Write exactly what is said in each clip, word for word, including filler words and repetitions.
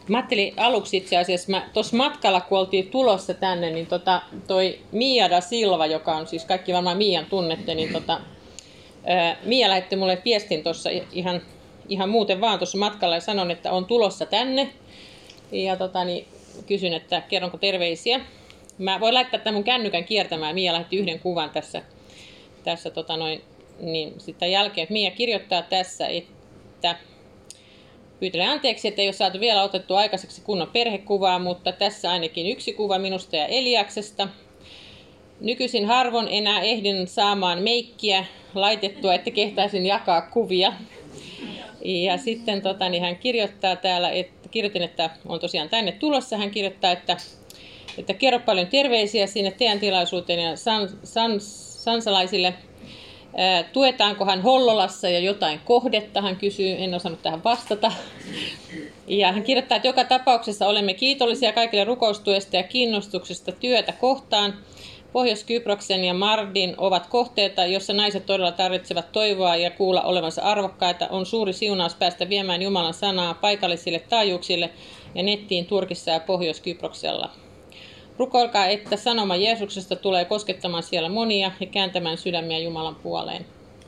Mä ajattelin aluksi itse asiassa, tuossa matkalla kun oltiin tulossa tänne, niin tota, toi Mia da Silva, joka on siis kaikki varmaan Mian tunnette, niin tota, ää, Mia lähetti mulle viestin tuossa ihan, ihan muuten vaan tuossa matkalla ja sanon, että on tulossa tänne. Ja tota, niin kysyn, että kerronko terveisiä. Mä voin laittaa tämän mun kännykän kiertämään. Mia lähetti yhden kuvan tässä, tässä tota noin, niin sitten jälkeen. Mia kirjoittaa tässä, että pyytelen anteeksi, että ei ole saatu vielä otettu aikaiseksi kunnon perhekuvaa, mutta tässä ainakin yksi kuva minusta ja Eliaksesta. Nykyisin harvoin enää ehdin saamaan meikkiä laitettua, että kehtaisin jakaa kuvia. Ja sitten tota, niin hän kirjoittaa täällä, että kirjoitin, että on tosiaan tänne tulossa. Hän kirjoittaa, että, että kerro paljon terveisiä sinne teidän tilaisuuteen ja sans, sans, sansalaisille. Tuetaankohan Hollolassa ja jotain kohdetta, hän kysyy, en osannut tähän vastata. Ja hän kirjoittaa, että joka tapauksessa olemme kiitollisia kaikille rukoustuesta ja kiinnostuksesta työtä kohtaan. Pohjois-Kyproksen ja Mardin ovat kohteita, joissa naiset todella tarvitsevat toivoa ja kuulla olevansa arvokkaita. On suuri siunaus päästä viemään Jumalan sanaa paikallisille taajuuksille ja nettiin Turkissa ja Pohjois-Kyproksella. Rukoilkaa, että sanoma Jeesuksesta tulee koskettamaan siellä monia ja kääntämään sydämiä Jumalan puoleen.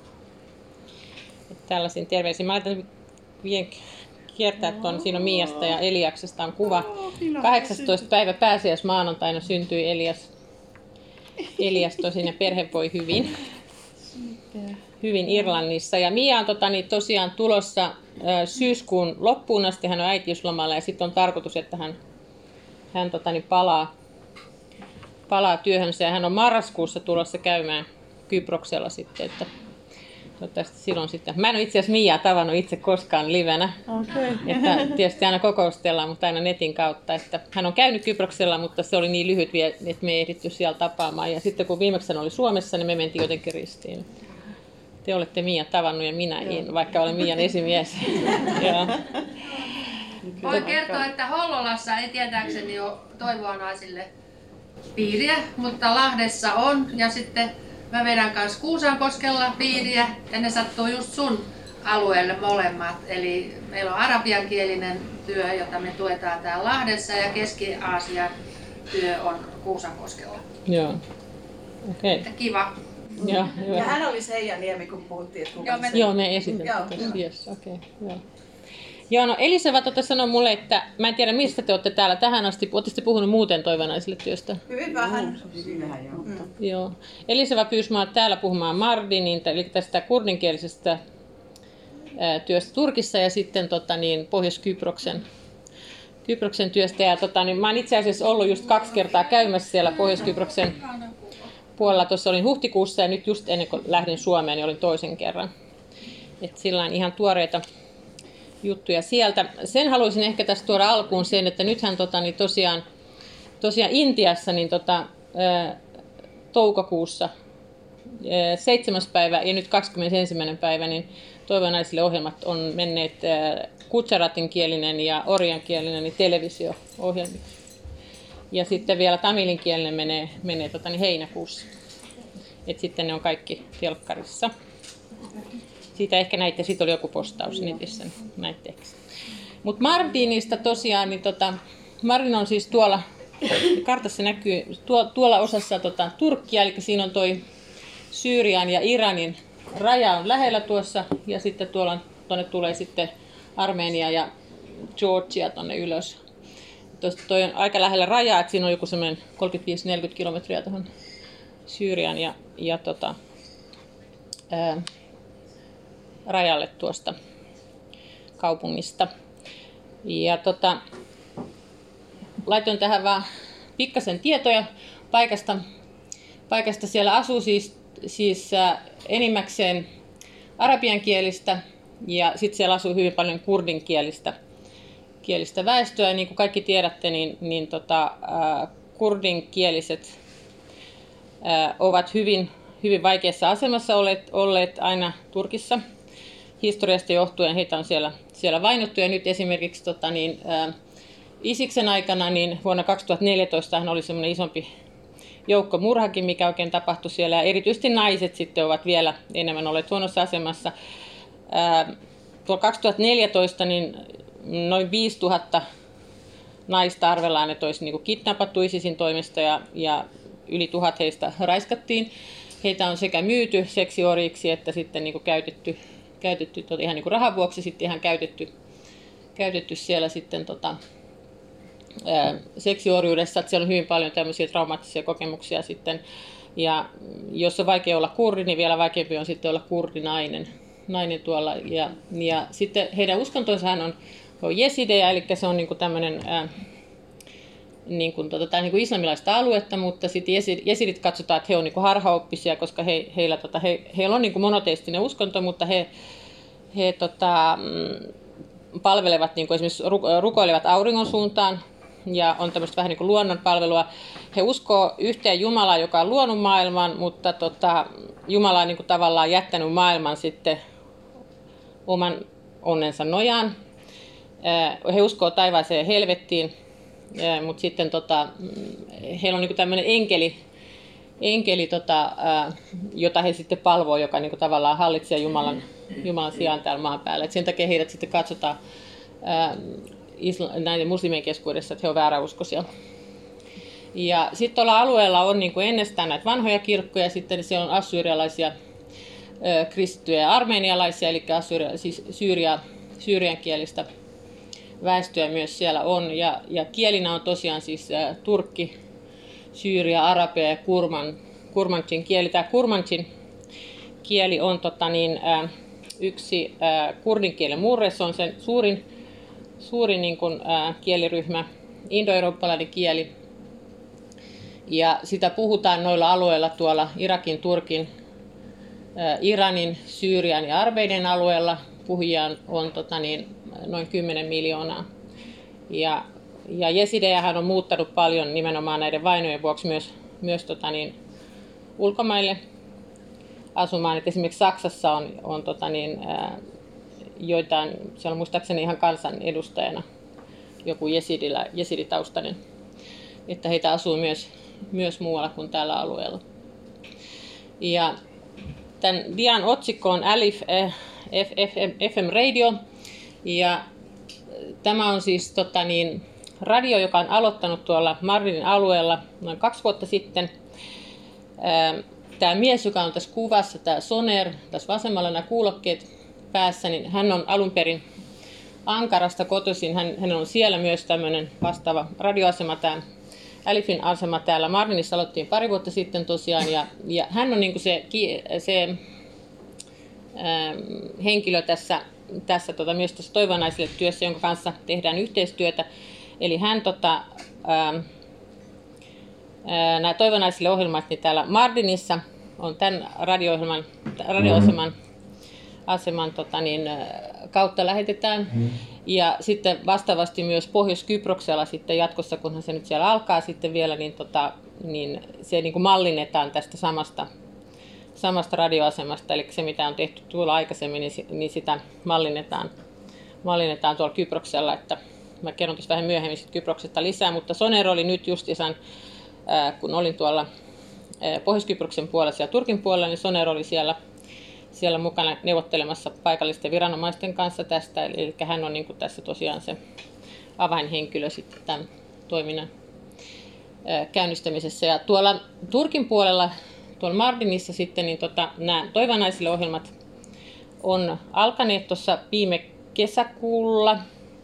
Tällaisin terveisin. Mä laitan vielä kiertää tuon, siinä on Miasta ja Eliaksesta on kuva. kahdeksastoista päivä pääsiäismaanantaina syntyi Elias. Elias tosin ja perhe voi hyvin. Hyvin Irlannissa. Ja Mia on tota, niin tosiaan tulossa äh, syyskuun loppuun asti. Hän on äitiyslomalla ja sitten on tarkoitus, että hän, hän tota, niin palaa. palaa työhönsä ja hän on marraskuussa tulossa käymään Kyproksella sitten, että toivottavasti silloin sitten. Mä en ole itse asiassa Miaa tavannut itse koskaan livenä, okay. Että tietysti aina kokoustellaan, mutta aina netin kautta, että hän on käynyt Kyproksella, mutta se oli niin lyhyt vielä, että me ei ehditty siellä tapaamaan ja sitten kun viimeksi hän oli Suomessa, niin me mentiin jotenkin ristiin. Te olette Mia tavannut ja minä en, vaikka olen Mian esimies. Voin kertoa, että Hollolassa ei tietääkseni ole toivoa naisille piiriä, mutta Lahdessa on ja sitten mä vedän kanssa Kuusankoskella piiriä ja ne sattuu just sun alueelle molemmat. Eli meillä on arabiankielinen työ, jota me tuetaan täällä Lahdessa ja Keski-Aasian työ on Kuusankoskella. Joo, okei. Okay. Kiva. Ja, ja hän oli Seija Niemi, kun puhuttiin, että joo, me, joo, me esitettiin. Yes, okay, joo. Joo, no Elisava tota sanoi mulle, että mä en tiedä mistä te olette täällä tähän asti. Oletteko te puhunut muuten toivonaisille työstä? Hyvin vähän. Hyvin vähän, joo. Mm. Joo. Elisava pyysi mua täällä puhumaan Mardinin, eli tästä kurdinkielisestä ää, työstä Turkissa ja sitten tota, niin, Pohjois-Kyproksen Kyproksen työstä. Ja, tota, niin, mä oon itse asiassa ollut just kaksi kertaa käymässä siellä Pohjois-Kyproksen puolella. Tuossa olin huhtikuussa ja nyt just ennen kuin lähdin Suomeen, niin olin toisen kerran. Et sillain ihan tuoreita juttuja sieltä. Sen haluaisin ehkä tässä tuoda alkuun sen, että nythän tota, niin tosiaan, tosiaan Intiassa niin tota, ää, toukokuussa ää, seitsemäs päivä ja nyt kahdeskymmenesensimmäinen päivä, niin toivonaisille ohjelmat on menneet ää, Gujaratin kielinen ja orjankielinen niin televisio-ohjelmiksi. Ja sitten vielä tamilinkielinen menee, menee tota, niin heinäkuussa. Et sitten ne on kaikki telkkarissa. Siitä ehkä näitte, siitä oli joku postaus netissä, näitte. Mutta Mardinista tosiaan, niin tota, Mardin on siis tuolla, kartassa näkyy, tuo, tuolla osassa tota, Turkkia, eli siinä on toi Syyrian ja Iranin raja on lähellä tuossa, ja sitten tuolla tuonne tulee sitten Armenia ja Georgia tuonne ylös. Tuosta toi on aika lähellä rajaa, että siinä on joku semmoinen kolmekymmentäviisi neljäkymmentä kilometriä tuohon Syyrian ja, ja tota, ää, rajalle tuosta kaupungista. Ja tota, laitoin tähän vaan pikkasen tietoja paikasta. Paikasta siellä asuu siis, siis äh, enimmäkseen arabiankielistä ja sitten siellä asuu hyvin paljon kurdinkielistä kielistä väestöä. Ja niin kuin kaikki tiedätte, niin, niin tota, äh, kurdinkieliset äh, ovat hyvin, hyvin vaikeassa asemassa olleet, olleet aina Turkissa. Historiasta johtuen heitä on siellä, siellä vainottu ja nyt esimerkiksi tota, niin, ää, Isiksen aikana niin vuonna kaksituhattaneljätoista hän oli semmoinen isompi joukko murhakin, mikä oikein tapahtui siellä ja erityisesti naiset sitten ovat vielä enemmän olleet huonossa asemassa. Ää, tuolla kaksituhattaneljätoista niin noin viisituhatta naista arvellaan, että olisi niin kuin kidnappattu ISISin toimesta ja, ja yli tuhat heistä raiskattiin. Heitä on sekä myyty seksiorjiksi että sitten niin kuin käytetty, käytetty tota, ihan niin kuin rahan vuoksi, sitten ihan käytetty, käytetty siellä sitten tota, ää, seksiorjuudessa. Että siellä on hyvin paljon tämmöisiä traumaattisia kokemuksia sitten. Ja jos on vaikea olla kurdi, niin vielä vaikeampi on sitten olla kurdinainen nainen tuolla. Ja, ja sitten heidän uskontonsahan on, on jesidejä, eli se on niin kuin tämmöinen ää, niin kuin, tota, niin kuin islamilaista aluetta, mutta sitten jesidit katsotaan, että he on niin kuin harhaoppisia, koska he, heillä, tota, he, heillä on niin kuin monoteistinen uskonto, mutta he, he tota, palvelevat, niin kuin esimerkiksi rukoilevat auringon suuntaan ja on tämmöistä vähän niin kuin luonnonpalvelua. He uskoo yhteen Jumalaa, joka on luonut maailman, mutta tota, Jumala on niin kuin tavallaan jättänyt maailman sitten oman onnensa nojaan. He uskoo taivaaseen ja helvettiin. Ja, mutta sitten tota, heillä on niinku tämmöinen enkeli, enkeli tota, ää, jota he sitten palvoo, joka niinku tavallaan hallitsee Jumalan, Jumalan sijaan täällä maan päällä. Et sen takia heidät sitten katsotaan ää, isla, näiden muslimien keskuudessa, että he ovat vääräuskoisia. Ja sitten tuolla alueella on niinku ennestään näitä vanhoja kirkkoja, sitten siellä on assyrialaisia ää, kristittyjä ja armenialaisia, eli assyria, siis syyria, syyriankielistä väestöä myös siellä on, ja, ja kielinä on tosiaan siis ä, turkki, syyria, arabia ja kurman, kurmanchin kieli. Tämä kurmanchin kieli on tota, niin, ä, yksi ä, kurdin kielen murre, se on sen suurin, suurin niin kuin, ä, kieliryhmä, indoeurooppalainen kieli. Ja sitä puhutaan noilla alueilla tuolla Irakin, Turkin, ä, Iranin, Syyrian ja Arbeiden alueella. Puhujia on, on tota, niin, noin kymmenen miljoonaa. Ja, ja jesidejähän on muuttanut paljon nimenomaan näiden vainojen vuoksi myös, myös tota niin, ulkomaille asumaan. Et esimerkiksi Saksassa on, on tota niin, ää, joitain, siellä on muistaakseni ihan kansanedustajana joku jesidilä, jesiditaustainen, että heitä asuu myös, myös muualla kuin tällä alueella. Ja tämän dian otsikko on Alif F M Radio. Ja tämä on siis tota, niin, radio, joka on aloittanut tuolla Mardinin alueella noin kaksi vuotta sitten. Tämä mies, joka on tässä kuvassa, tämä Soner, tässä vasemmalla nämä kuulokkeet päässä, niin hän on alun perin Ankarasta kotoisin. Hän, hän on siellä myös tämmöinen vastaava radioasema, tämä Alifin asema täällä Mardinissa aloittiin pari vuotta sitten tosiaan. Ja, ja hän on niin kuin se, se ää, henkilö tässä, tässä tota, myös tässä Toivonaisille työssä, jonka kanssa tehdään yhteistyötä. Eli hän, tota, ää, ää, nämä Toivonaisille ohjelmat niin täällä Mardinissa on tämän radio-ohjelman, radioaseman aseman, tota, niin, kautta lähetetään. Mm. Ja sitten vastaavasti myös Pohjois-Kyproksella sitten jatkossa, kunhan se nyt siellä alkaa sitten vielä, niin, tota, niin se niin kuin mallinnetaan tästä samasta, samasta radioasemasta. Eli se, mitä on tehty tuolla aikaisemmin, niin, niin sitä mallinnetaan, mallinnetaan tuolla Kyproksella. Että mä kerron tuossa vähän myöhemmin sit Kyproksesta lisää, mutta Soner oli nyt just isän, ää, kun olin tuolla ää, Pohjois-Kyproksen puolella ja Turkin puolella, niin Soner oli siellä siellä mukana neuvottelemassa paikallisten viranomaisten kanssa tästä, eli hän on niin kuin tässä tosiaan se avainhenkilö sitten tämän toiminnan käynnistämisessä. Ja tuolla Turkin puolella, tuolla Mardinissa sitten, niin tota, nämä Toivonaisille ohjelmat on alkaneet tuossa viime kesäkuulla.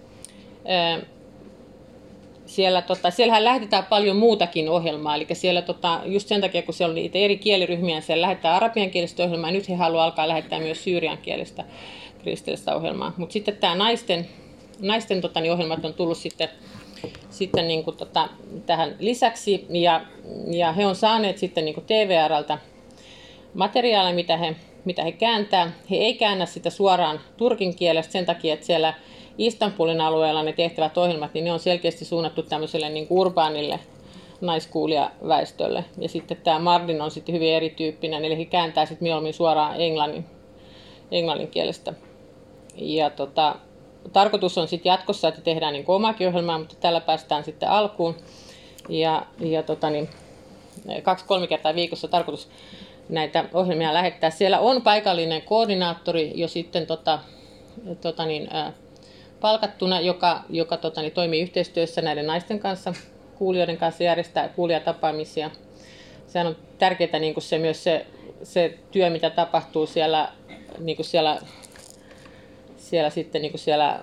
Siellä, tota, siellähän lähetetään paljon muutakin ohjelmaa, eli siellä tota, just sen takia, kun siellä on niitä eri kieliryhmiä, siellä lähetetään arabiankielistä ohjelmaa, ja nyt he haluavat alkaa lähettää myös syyriankielistä kristillistä ohjelmaa. Mutta sitten tämä naisten, naisten tota, niin ohjelmat on tullut sitten, sitten niin kuin, tota, tähän lisäksi, ja, ja he on saaneet sitten niin kuin T V R:ltä materiaalia, mitä he, mitä he kääntää. He ei käännä sitä suoraan turkin kielestä sen takia, että siellä Istanbulin alueella ne tehtävät ohjelmat, niin ne on selkeästi suunnattu tämmöiselle niin kuin urbaanille naiskuulijaväestölle. Ja sitten tämä Mardin on sitten hyvin erityyppinen, eli he kääntää sitten mieluummin suoraan englannin, englannin kielestä. Ja tota, tarkoitus on sitten jatkossa, että tehdään niin kuin omakin ohjelmaa, mutta tällä päästään sitten alkuun. Ja, ja tota niin, kaksi-kolme kertaa viikossa tarkoitus näitä ohjelmia lähettää. Siellä on paikallinen koordinaattori jo sitten tota, tota niin, ää, palkattuna, joka, joka tota, niin, toimii yhteistyössä näiden naisten kanssa, kuulijoiden kanssa, järjestää kuulijatapaamisia. Sehän on tärkeää niin kuin se, myös se, se työ, mitä tapahtuu siellä, niin kuin siellä, siellä, sitten, niin kuin siellä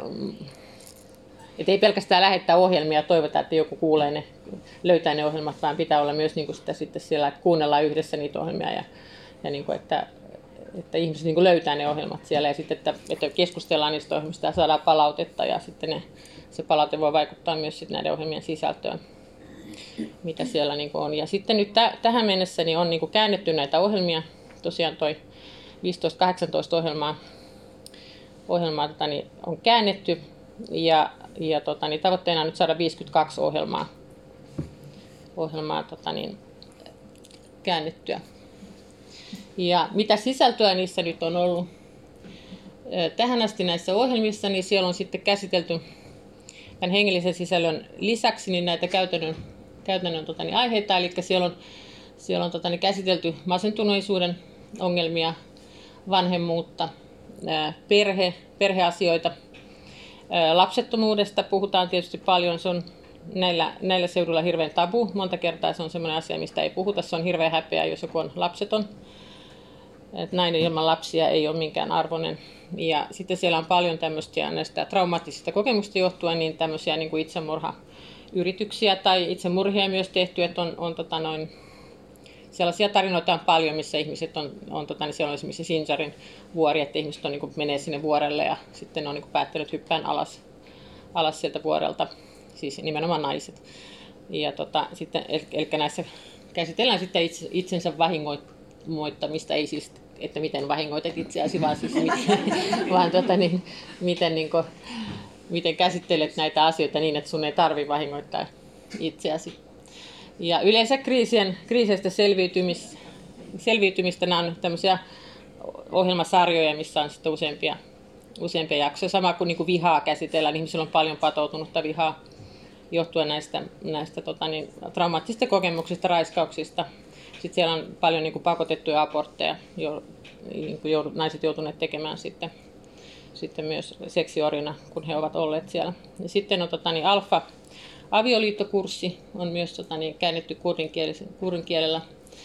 että ei pelkästään lähettää ohjelmia ja toivotaan, että joku kuulee ne, löytää ne ohjelmat, vaan pitää olla myös niin kuin sitä sitten siellä, että kuunnellaan yhdessä niitä ohjelmia ja, ja niin kuin, että, että ihmiset niin kuin löytää ne ohjelmat siellä ja sitten, että, että keskustellaan niistä ohjelmista ja saadaan palautetta ja sitten ne, se palaute voi vaikuttaa myös sitten näiden ohjelmien sisältöön, mitä siellä niin kuin on. Ja sitten nyt täh, tähän mennessä niin on niin kuin käännetty näitä ohjelmia, tosiaan toi viisitoista kahdeksantoista ohjelmaa, ohjelmaa tota, niin on käännetty ja Ja tota, niin tavoitteena on nyt saada viisikymmentäkaksi ohjelmaa, ohjelmaa tota, niin, käännettyä. Ja mitä sisältöä niissä nyt on ollut tähän asti näissä ohjelmissa, niin siellä on sitten käsitelty tämän hengellisen sisällön lisäksi niin näitä käytännön, käytännön tota, niin, aiheita. Eli siellä on, siellä on tota, niin, käsitelty masentuneisuuden ongelmia, vanhemmuutta, perhe, perheasioita. Lapsettomuudesta puhutaan tietysti paljon, se on näillä, näillä seuduilla hirveän tabu. Monta kertaa se on sellainen asia, mistä ei puhuta. Se on hirveän häpeä, jos joku on lapseton. Et nainen ilman lapsia ei ole minkään arvoinen. Ja sitten siellä on paljon tämmöistä näistä traumaattisista kokemuksista johtuen niin tämmöisiä niin kuin itsemurhayrityksiä tai itsemurhia myös tehty, että on, on tota noin, sellaisia tarinoita on paljon, missä ihmiset on, on tota, niin siellä on esimerkiksi Sinjarin vuori, että ihmiset on, niin kuin, menee sinne vuorelle ja sitten on niin kuin, päättänyt hyppään alas, alas sieltä vuorelta, siis nimenomaan naiset. Ja tota, sitten, eli näissä käsitellään sitten itse, itsensä vahingoittamista, ei siis, että miten vahingoitat itseäsi, vaan, siis miten, vaan tota, niin, miten, niin kuin, miten käsittelet näitä asioita niin, että sun ei tarvitse vahingoittaa itseäsi. Ja yleensä kriisien, kriiseistä selviytymis, selviytymistä nämä on tämmöisiä ohjelmasarjoja, missä on sitten useampia, useampia jaksoja. Sama kuin, niin kuin vihaa käsitellään. Ihmisillä on paljon patoutunutta vihaa johtuen näistä, näistä tota niin, traumaattisista kokemuksista, raiskauksista. Sitten siellä on paljon niin kuin pakotettuja abortteja, jo, niin kuin joudut, naiset joutuneet tekemään sitten, sitten myös seksiorjina, kun he ovat olleet siellä. Ja sitten on tota, niin, alfa. Avioliittokurssi on myös tota, niin, käännetty kurdin kielellä.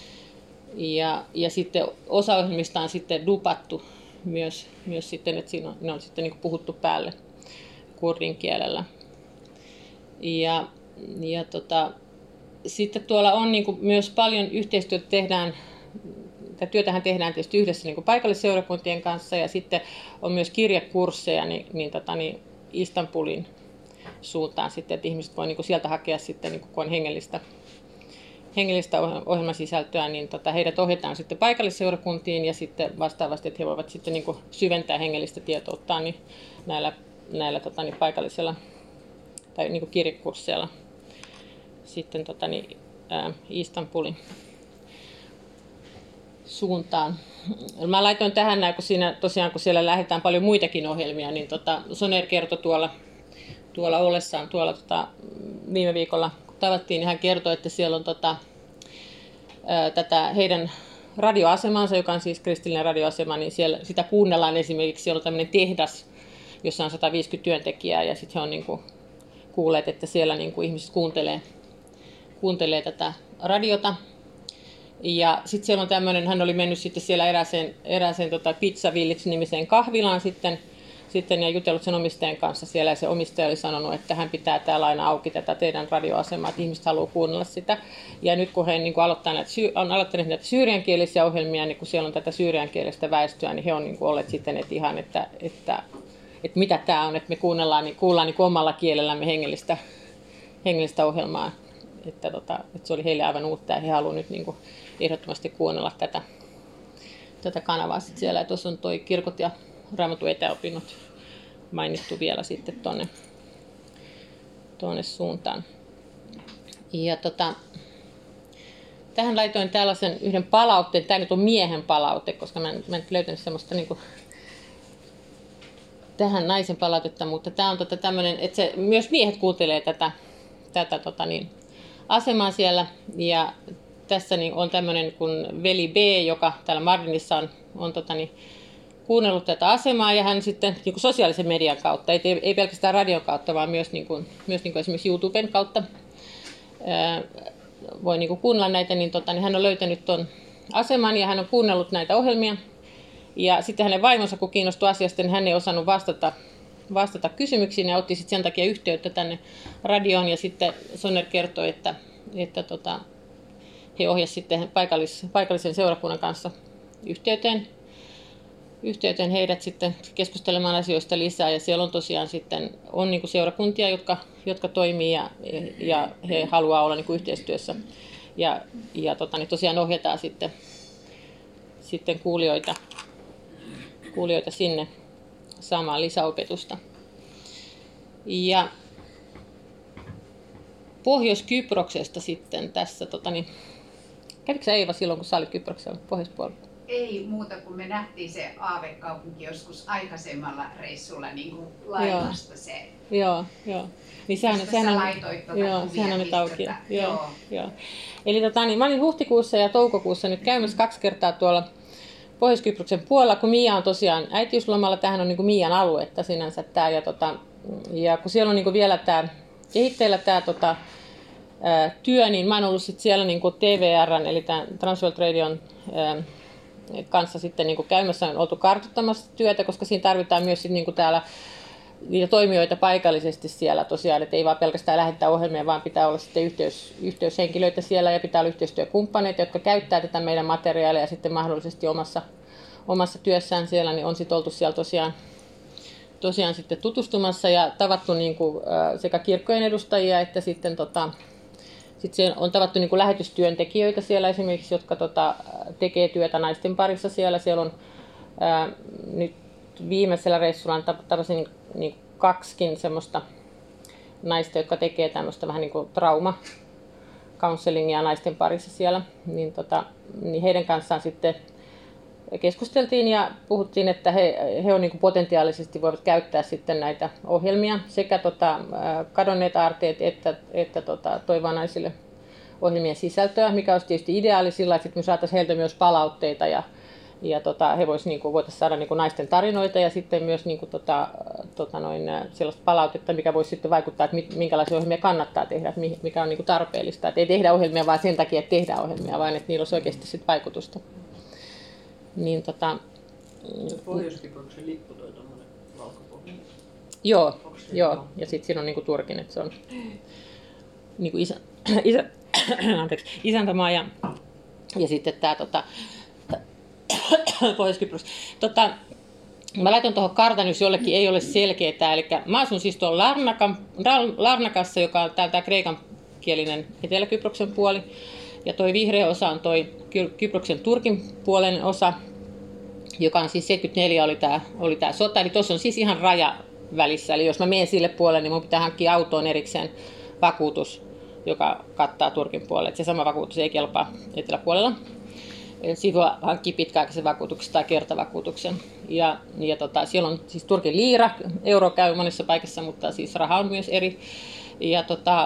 Ja, ja sitten osa ohjelmista on sitten dupattu myös, myös sitten, että siinä on, ne on sitten niin kuin puhuttu päälle kurdin kielellä. Ja, ja tota, sitten tuolla on niin kuin myös paljon yhteistyötä tehdään, tätä työtähän tehdään tietysti yhdessä niin kuin paikallisseurakuntien kanssa ja sitten on myös kirjekursseja niin, niin, tota, niin Istanbulin suuntaan sitten, että ihmiset voi niinku sieltä hakea sitten, niinku, kun on hengellistä, hengellistä ohjelmasisältöä, niin tota, heidät ohjataan sitten paikallisseurakuntiin ja sitten vastaavasti, että he voivat sitten niinku syventää hengellistä tietoutta niin näillä, näillä tota, niin paikallisilla tai niinku kirjekursseilla sitten tota, niin, ää, Istanbulin suuntaan. Mä laitoin tähän näin, kun siinä tosiaan kun siellä lähdetään paljon muitakin ohjelmia, niin tota, Soner kertoi tuolla tuolla ollessaan tuolla tota, viime viikolla, kun tavattiin, niin hän kertoi, että siellä on tota, ää, tätä heidän radioasemansa, joka on siis kristillinen radioasema, niin siellä, sitä kuunnellaan esimerkiksi, siellä on tämmöinen tehdas, jossa on sata viisikymmentä työntekijää, ja sitten he on niin kuin, kuulleet, että siellä niin kuin, ihmiset kuuntelee, kuuntelee tätä radiota. Ja sitten siellä on tämmöinen, hän oli mennyt sitten siellä erääseen, erääseen tota, Pizza Village-nimiseen kahvilaan sitten, Sitten ja jutellut sen omistajan kanssa siellä ja se omistaja oli sanonut, että hän pitää täällä aina auki tätä teidän radioasemaa, että ihmiset haluaa kuunnella sitä. Ja nyt kun he niin kuin aloittaa näitä, on aloittaneet näitä syyriankielisiä ohjelmia, niin kun siellä on tätä syyriankielistä väestöä, niin he on niin kuin olleet sitten, että ihan, että, että, että mitä tämä on, että me kuunnellaan, niin kuullaan niin kuin omalla kielellämme hengellistä, hengellistä ohjelmaa. Että, tota, että se oli heille aivan uutta ja he haluavat nyt niin kuin ehdottomasti kuunnella tätä, tätä kanavaa sitten siellä. Ja tuossa on toi kirkot ja Raamatun etäopinnot mainittu vielä sitten tuonne, tuonne suuntaan. Ja tota, tähän laitoin tällaisen yhden palautteen. Tämä nyt on miehen palaute, koska mä en, mä en löytänyt semmoista niin kuin tähän naisen palautetta, mutta tämä on tota tämmöinen, että se, myös miehet kuuntelee tätä, tätä tota niin, asemaa siellä. Ja tässä niin on tämmöinen kuin Veli B, joka täällä Mardinissa on, on tota niin, kuunnellut tätä asemaa ja hän sitten niin kuin sosiaalisen median kautta, ei, ei pelkästään radion kautta, vaan myös, niin kuin, myös niin kuin esimerkiksi YouTuben kautta ää, voi niin kuin kuunnella näitä, niin, tota, niin hän on löytänyt tuon aseman ja hän on kuunnellut näitä ohjelmia. Ja sitten hänen vaimonsa, kun kiinnostui asiasta, niin hän ei osannut vastata, vastata kysymyksiin ja otti sitten sen takia yhteyttä tänne radioon. Ja sitten Sonner kertoi, että, että tota, he ohjasivat sitten paikallis, paikallisen seurakunnan kanssa yhteyteen, yhteyteen heidät sitten keskustelemaan asioista lisää. Ja siellä on tosiaan sitten on niin kuin seurakuntia, jotka, jotka toimii ja, ja he haluaa olla niin kuin yhteistyössä. Ja, ja tota, niin tosiaan ohjataan sitten, sitten kuulijoita. kuulijoita sinne saamaan lisäopetusta. Ja Pohjois-Kyproksesta sitten tässä, tota niin, kävikö sä Eeva silloin, kun sä olit Kyproksella pohjoispuolella? Ei muuta kuin me nähtiin se aavekaupunki joskus aikaisemmalla reissulla niin kuin laivasta se. Joo, joo. Niin sehän, sehän sä on, laitoit tuota joo, kuvia, sehän on nyt auki. tota, Joo, joo. joo. Eli tota, niin, mä olin huhtikuussa ja toukokuussa nyt käymässä kaksi kertaa tuolla Pohjois-Kyproksen puolella, kun Mia on tosiaan äitiyslomalla, tämähän on niin kuin Mian aluetta sinänsä tämä, ja, tota, ja kun siellä on niin kuin vielä tämä kehitteillä tämä tota, ää, työ, niin mä oon ollut sit siellä niin kuin T V R:n eli tämän Transworld Radion ää, kanssa sitten niin kuin käymässä, on oltu kartoittamassa työtä, koska siinä tarvitaan myös sit niin kuin täällä niitä toimijoita paikallisesti siellä tosiaan, että ei vaan pelkästään lähettää ohjelmia, vaan pitää olla sitten yhteys, yhteyshenkilöitä siellä ja pitää olla yhteistyökumppaneita, jotka käyttää tätä meidän materiaalia sitten mahdollisesti omassa, omassa työssään siellä, niin on sitten oltu siellä tosiaan, tosiaan sitten tutustumassa ja tavattu niin kuin, sekä kirkkojen edustajia että sitten tota, sit se on tavattu niin kuin lähetystyöntekijöitä siellä esimerkiksi, jotka tota, tekee työtä naisten parissa siellä. Siellä on ää, nyt viimeisellä reissulla tapasin niin kaksikin semmoista naista, jotka tekee tämmöistä vähän niin kuin trauma-counselingia naisten parissa siellä. Niin, tota, niin heidän kanssaan sitten keskusteltiin ja puhuttiin, että he, he on niin kuin potentiaalisesti voivat käyttää sitten näitä ohjelmia sekä tota, kadonneet aarteet että, että tota, toivoa naisille ohjelmien sisältöä, mikä olisi tietysti ideaali sillä, että me saataisiin heiltä myös palautteita ja Ja tota, he vois, niinku, voitaisiin saada niinku, naisten tarinoita ja sitten myös niinku, tota, tota, noin, sellaista palautetta, mikä voisi sitten vaikuttaa, että minkälaisia ohjelmia kannattaa tehdä, että mikä on niinku, tarpeellista. Et ei tehdä ohjelmia vain sen takia, että tehdään ohjelmia, vaan että niillä olisi oikeasti sit vaikutusta. Niin, tota, Pohjois-Kyproksen lippu toi tommonen valkopohjainen. Joo, joo. Ja sitten siinä on niinku, Turkin, että se on niinku, isä, isä, anteeksi, isäntämaa ja, ja sitten tämä tota, Pohjois-Kypros. Tota, mä laitan tuohon kartan, jos jollekin ei ole selkeä tää. Eli mä asun siis tuolla Larnakan, Larnakassa, joka on tää kreikan kielinen Etelä-Kyproksen puoli. Ja toi vihreä osa on toi Kyproksen Turkin puolen osa, joka on siis seitsemänkymmentäneljä oli tää, oli tää sota. Eli tuossa on siis ihan raja välissä. Eli jos mä menen sille puolelle, niin mun pitää hankkia autoon erikseen vakuutus, joka kattaa Turkin puolelle. Et se sama vakuutus ei kelpaa eteläpuolella. Siitä voi hankkia pitkäaikaisen vakuutuksen tai kertavakuutuksen. Ja, ja tota, siellä on siis Turkin liira, euro käy monessa paikassa, mutta siis raha on myös eri. Ja tota,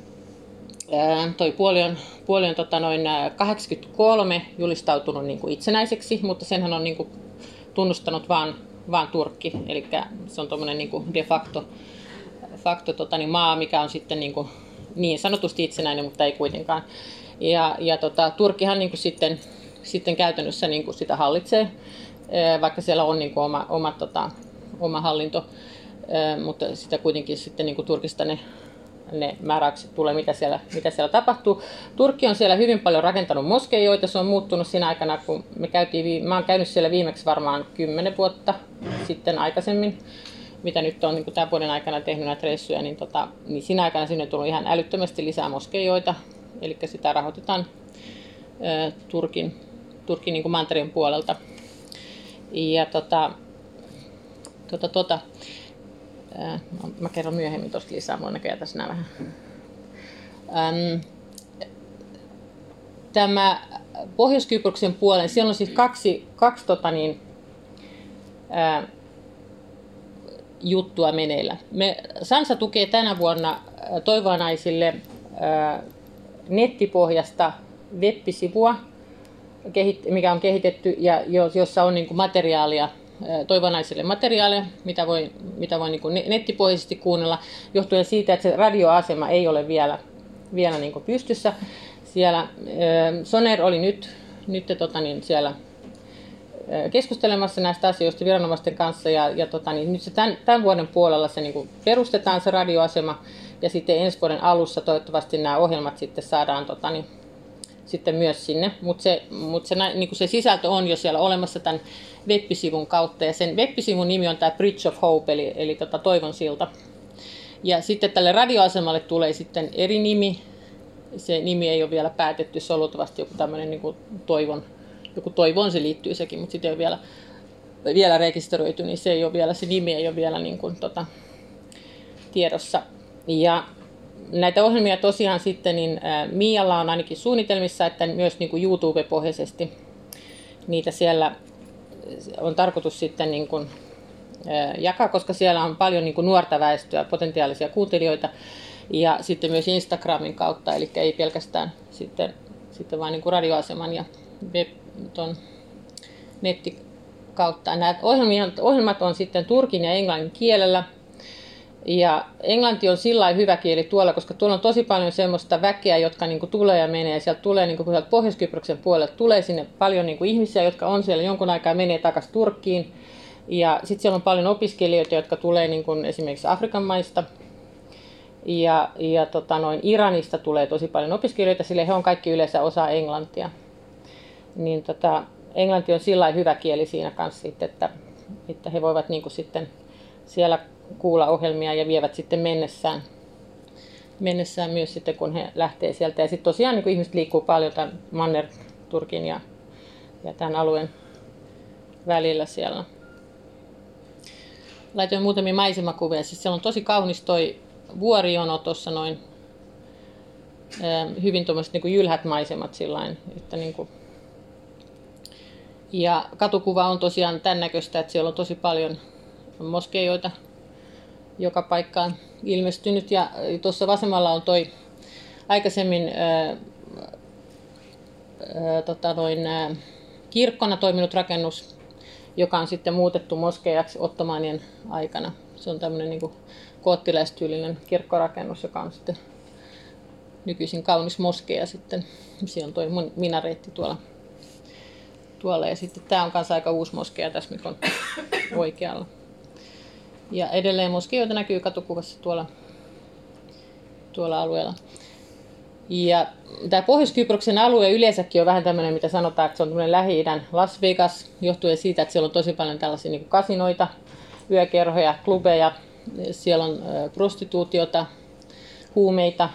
ää, toi puoli on, puoli on tota noin kahdeksankymmentäkolme julistautunut niin kuin itsenäiseksi, mutta senhän on niin kuin tunnustanut vaan, vaan Turkki. Eli se on tuommoinen niin kuin de facto, facto tota, niin maa, mikä on sitten niin, kuin niin sanotusti itsenäinen, mutta ei kuitenkaan. Ja, ja tota, Turkkihan niin kuin sitten sitten käytännössä niin kuin sitä hallitsee, vaikka siellä on niin kuin oma, oma, tota, oma hallinto, mutta sitä kuitenkin sitten niin kuin Turkista ne, ne määräykset tulee, mitä siellä, mitä siellä tapahtuu. Turkki on siellä hyvin paljon rakentanut moskeijoita, se on muuttunut siinä aikana, kun me käytiin, mä oon käynyt siellä viimeksi varmaan kymmenen vuotta sitten aikaisemmin, mitä nyt on niin kuin tämän vuoden aikana tehnyt näitä reissuja, niin, tota, niin siinä aikana sinne on tullut ihan älyttömästi lisää moskeijoita, eli sitä rahoitetaan ää, Turkin Turkin niin kuin mantereen puolelta. Ja tota, tota, tota, ää, mä kerron myöhemmin tuosta lisää, mulla näköjään tässä nämä vähän. Ähm, tämä Pohjois-Kyproksen puolen, siellä on siis kaksi, kaksi tota niin, ää, juttua meneillä. Me, Sansa tukee tänä vuonna Toivoa naisille ää, nettipohjasta web-sivua, mikä on kehitetty ja jossa on niin kuin materiaalia toivonaisille materiaaleja, mitä voi, mitä voi niin kuin nettipohjaisesti kuunnella, johtuen siitä, että se radioasema ei ole vielä, vielä niin kuin pystyssä. Siellä Soner oli nyt, nyt tota niin, siellä keskustelemassa näistä asioista viranomaisten kanssa ja, ja tota, niin nyt se tämän, tämän vuoden puolella se niin kuin perustetaan se radioasema ja sitten ensi vuoden alussa toivottavasti nämä ohjelmat sitten saadaan tota, niin, sitten myös sinne, mutta se, mut se, niin kuin se sisältö on jo siellä olemassa tämän web-sivun kautta ja sen web-sivun nimi on tämä Bridge of Hope eli, eli tota, toivon silta. Ja sitten tälle radioasemalle tulee sitten eri nimi, se nimi ei ole vielä päätetty, se on luultavasti joku tämmöinen niin kuin toivon joku toivoon se liittyy sekin, mutta sitten ei ole vielä, vielä rekisteröity, niin se ei ole vielä, se nimi ei ole vielä niin kuin, tota, tiedossa. Ja näitä ohjelmia tosiaan sitten, niin ää, Mialla on ainakin suunnitelmissa, että myös niin kuin YouTube-pohjaisesti niitä siellä on tarkoitus sitten niin kuin, ää, jakaa, koska siellä on paljon niin kuin nuorta väestöä, potentiaalisia kuuntelijoita, ja sitten myös Instagramin kautta, eli ei pelkästään sitten, sitten vain niin kuin radioaseman ja web tuon nettikautta. Nämä ohjelmat on sitten turkin ja englannin kielellä. Ja englanti on sillä lailla hyvä kieli tuolla, koska tuolla on tosi paljon semmoista väkeä, jotka niinku tulee ja menee. Ja sieltä tulee, niinku, kun sieltä Pohjois-Kyproksen puolelta tulee sinne paljon niinku ihmisiä, jotka on siellä jonkun aikaa ja menee takaisin Turkkiin. Ja sitten siellä on paljon opiskelijoita, jotka tulee niinku esimerkiksi Afrikan maista. Ja, ja tota, noin Iranista tulee tosi paljon opiskelijoita, sillä he on kaikki yleensä osaa englantia. Niin tota, englanti on sillä hyvä kieli siinä kanssa, että, että he voivat niin kuin sitten siellä kuulla ohjelmia ja vievät sitten mennessään, mennessään myös sitten, kun he lähtee sieltä. Ja sitten tosiaan niin kuin ihmiset liikkuu paljon tämän Manner-Turkin ja, ja tämän alueen välillä siellä. Laitoin muutamia maisemakuvia. Siis siellä on tosi kaunis toi vuorijono tuossa noin, hyvin tuommoiset niin kuin jylhät maisemat sillain, että niin kuin. Ja katukuva on tosiaan tämän näköistä, että siellä on tosi paljon moskeijoita joka paikkaan ilmestynyt. Ja tuossa vasemmalla on toi aikaisemmin ää, ää, tota noin, ää, kirkkona toiminut rakennus, joka on sitten muutettu moskeijaksi ottomaanien aikana. Se on tämmöinen niin kuin koottilaistyylinen kirkkorakennus, joka on sitten nykyisin kaunis moskeja sitten. Siellä on toi minareetti tuolla. Tuolla. Ja sitten tämä on kanssa aika uusi moskeja tässä, mikä on oikealla. Ja edelleen moskeijoita näkyy katukuvassa tuolla, tuolla alueella. Ja tämä Pohjois-Kyproksen alue yleensäkin on vähän tämmöinen, mitä sanotaan, että se on tämmöinen Lähi-idän Las Vegas, johtuen siitä, että siellä on tosi paljon tällaisia niin kuin kasinoita, yökerhoja, klubeja. Siellä on prostituutiota, huumeita,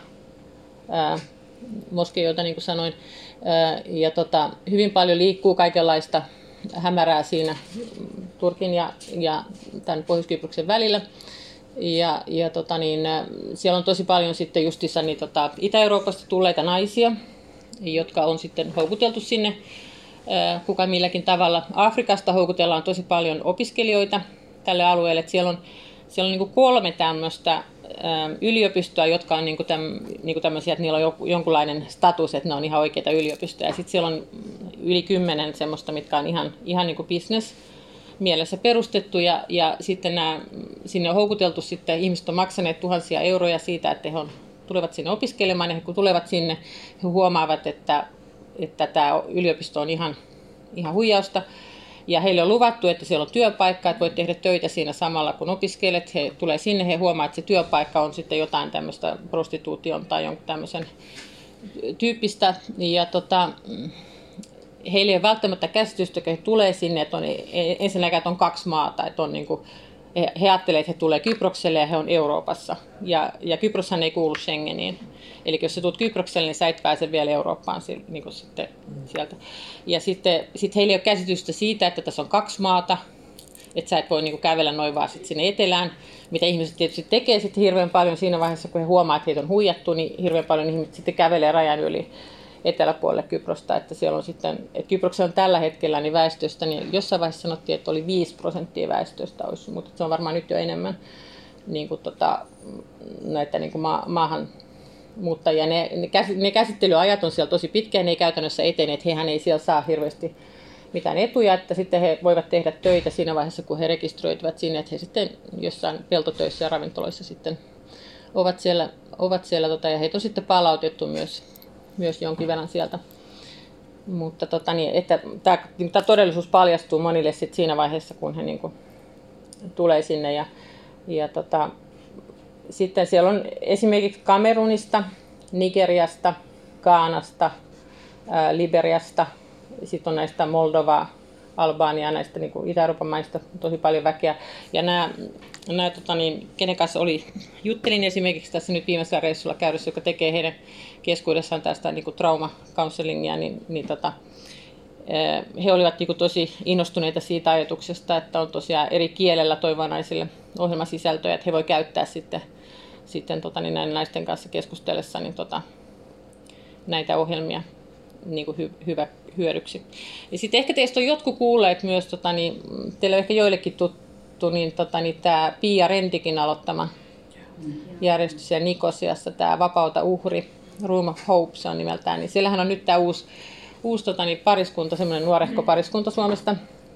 moskeijoita, niin kuin sanoin. Ja tota, hyvin paljon liikkuu kaikenlaista hämärää siinä Turkin ja, ja tämän Pohjois-Kyproksen välillä. Ja, ja tota niin, siellä on tosi paljon sitten justissa niin, tota, Itä-Euroopasta tulleita naisia, jotka on sitten houkuteltu sinne kuka milläkin tavalla. Afrikasta houkutellaan tosi paljon opiskelijoita tälle alueelle. Että siellä on, siellä on niin kuin kolme tämmöistä yliopistoa, jotka on niinku täm, niinku tämmöisiä, että niillä on jonkunlainen status, että ne on ihan oikeita yliopistoja. Ja sitten siellä on yli kymmenen semmoista, mitkä on ihan, ihan niinku business mielessä perustettu. Ja, ja sitten nämä, sinne on houkuteltu, sitten ihmiset on maksaneet tuhansia euroja siitä, että he on, tulevat sinne opiskelemaan. Ja kun tulevat sinne, he huomaavat, että, että tämä yliopisto on ihan, ihan huijausta. Ja heille on luvattu, että siellä on työpaikka, että voit tehdä töitä siinä samalla kun opiskelet. He tulee sinne, he huomaa, että se työpaikka on sitten jotain tämmöistä prostituution tai jonkun tämmöisen tyyppistä. Ja tota, heille ei ole välttämättä käsitystä, kun he tulee sinne, että on ensinnäkään että on kaksi maata. Että on niin kuin, he ajattelevat, että he tulee Kyprokselle ja he on Euroopassa. Ja, ja Kyproshan ei kuulu Schengeniin. Eli jos sä tulet Kyprokselle, niin sä et pääse vielä Eurooppaan niin kuin sitten sieltä. Ja sitten sit heillä ei ole käsitystä siitä, että tässä on kaksi maata, että sä et voi niin kuin kävellä noin vaan sit sinne etelään. Mitä ihmiset tietysti tekee sitten hirveän paljon siinä vaiheessa, kun he huomaa, että heitä on huijattu, niin hirveän paljon ihmiset sitten kävelee rajan yli eteläpuolelle Kyprosta. Että siellä on sitten, että Kyproksella on tällä hetkellä niin väestöstä, niin jossain vaiheessa sanottiin, että oli viisi prosenttia väestöstä olisi, mutta se on varmaan nyt jo enemmän niin kuin tota, näitä niin kuin ma- maahan muuttajia. Ne, ne, käs, ne käsittelyajat on siellä tosi pitkään, ne ei käytännössä etene, että hehän ei siellä saa hirveästi mitään etuja, että sitten he voivat tehdä töitä siinä vaiheessa, kun he rekisteröityvät sinne, että he sitten jossain peltotöissä ja ravintoloissa sitten ovat siellä, ovat siellä tota, ja heitä on sitten palautettu myös, myös jonkin verran sieltä. Mutta tota, niin, että tämä, tämä todellisuus paljastuu monille sit siinä vaiheessa, kun he niin kuin tulee sinne. Ja, ja tota, sitten siellä on esimerkiksi Kamerunista, Nigeriasta, Ghanasta, ää, Liberiasta, sitten on näistä Moldovaa, Albania, näistä niin kuin Itä-Euroopan maista tosi paljon väkeä. Ja nämä, nämä tota niin, kenen kanssa oli, juttelin esimerkiksi tässä nyt viimeisellä reissulla käydessä, joka tekee heidän keskuudessaan tästä niin kuin trauma-counselingia, niin, niin tota, he olivat niin kuin tosi innostuneita siitä ajatuksesta, että on tosiaan eri kielellä toivonaisille ohjelmasisältöjä, että he voi käyttää sitten, sitten tota, niin näiden naisten kanssa keskustellessa niin tota, näitä ohjelmia niin kuin hy, hyvä, hyödyksi. Ja sitten ehkä teistä on jotkut kuulleet myös, tota, niin, teillä on ehkä joillekin tuttu, niin, tota, niin tämä Pia Rentikin aloittama järjestys ja Nikosiassa, tämä Vapauta uhri, Room of Hope se on nimeltään, niin siellähän on nyt tämä uusi, uusi tota, niin pariskunta, semmoinen nuorehko pariskunta Suomesta,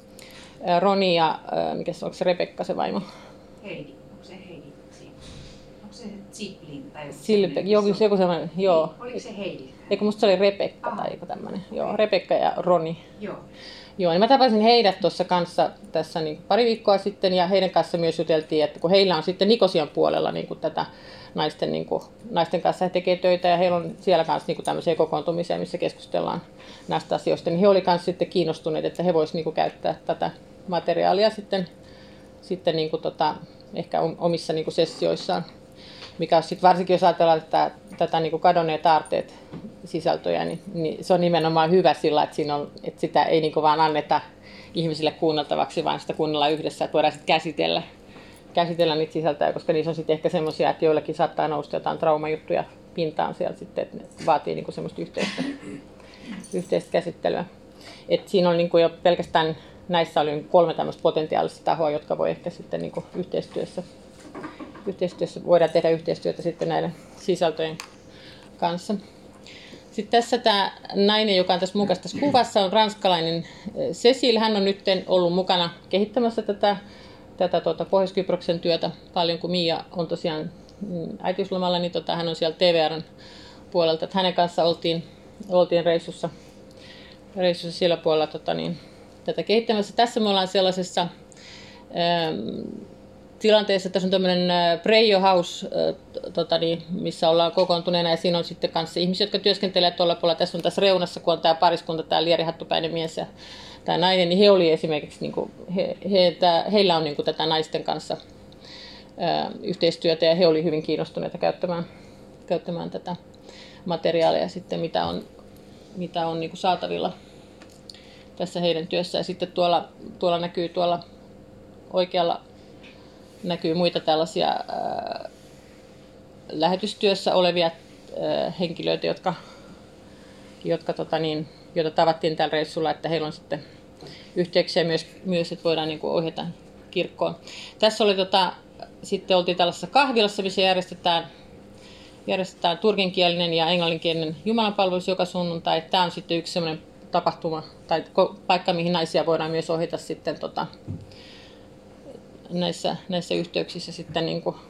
Roni ja, mikä se, onko se Rebekka se vaimo? Heidi, onko se Heidi? Onko se Ziplin tai Silpe, joku, joku semmoinen, joo. Oliko se Heidi? Eikö musta se oli Rebekka tai joku tämmöinen, joo, Rebekka ja Roni. Joo. Joo, niin mä tapasin heidät tuossa kanssa tässä niin pari viikkoa sitten ja heidän kanssa myös juteltiin, että kun heillä on sitten Nikosian puolella niin kuin tätä naisten, niin kuin, naisten kanssa he tekee töitä ja heillä on siellä kanssa niin kuin tämmöisiä kokoontumisia, missä keskustellaan näistä asioista, niin he oli kanssa sitten kiinnostuneet, että he voisivat niin kuin käyttää tätä materiaalia sitten, sitten niin kuin tota, ehkä omissa niin kuin sessioissaan, mikä on sitten varsinkin jos ajatellaan tätä, tätä niin kuin kadonneet aarteet sisältöjä, niin, niin se on nimenomaan hyvä sillä, että, siinä on, että sitä ei niin kuin vaan anneta ihmisille kuunneltavaksi, vaan sitä kuunnellaan yhdessä, että voidaan sitten käsitellä, käsitellä niitä sisältöjä, koska niissä on sitten ehkä semmoisia, että joillekin saattaa nousta jotain traumajuttuja pintaan siellä sitten, että ne vaatii niin kuin semmoista yhteistä, yhteistä käsittelyä. Et siinä on niin kuin jo pelkästään näissä oli kolme tämmöistä potentiaalista tahoa, jotka voi ehkä sitten niin kuin yhteistyössä, yhteistyössä, voidaan tehdä yhteistyötä sitten näiden sisältöjen kanssa. Sitten tässä tämä nainen, joka on tässä mukana tässä kuvassa, on ranskalainen Cecil. Hän on nyt ollut mukana kehittämässä tätä, tätä tuota, Pohjois-Kyproksen työtä paljon, kun Mia on tosiaan äitiyslomalla, niin tota, hän on siellä T V R:n puolelta. Että hänen kanssa oltiin, oltiin reissussa, reissussa sillä puolella tota, niin, tätä kehittämässä. Tässä me ollaan sellaisessa ähm, tilanteessa, tässä on tämmöinen Prejo House, tota niin, missä ollaan kokoontuneena ja siinä on sitten kanssa ihmisiä, jotka työskentelevät tuolla puolella. Tässä on tässä reunassa, kun on tämä pariskunta, tämä lierihattupäinen mies ja tämä nainen, niin he oli esimerkiksi, niin kuin, he, he, tää, heillä on niin kuin tätä naisten kanssa ää, yhteistyötä ja he oli hyvin kiinnostuneita käyttämään, käyttämään tätä materiaalia sitten, mitä on, mitä on niin kuin saatavilla tässä heidän työssä. Ja sitten tuolla, tuolla näkyy tuolla oikealla näkyy muita tällaisia ää, lähetystyössä olevia ää, henkilöitä, jotka, jotka tota niin, joita tavattiin tällä reissulla, että heillä on sitten yhteyksiä myös, myös että voidaan niin kuin ohjata kirkkoon. Tässä oli, tota, sitten oltiin tällaisessa kahvilassa, missä järjestetään, järjestetään turkinkielinen ja englanninkielinen jumalanpalvelus joka sunnuntai. Tämä on sitten yksi sellainen tapahtuma tai paikka, mihin naisia voidaan myös ohjata sitten tota, näissä, näissä yhteyksissä sitten niin kuin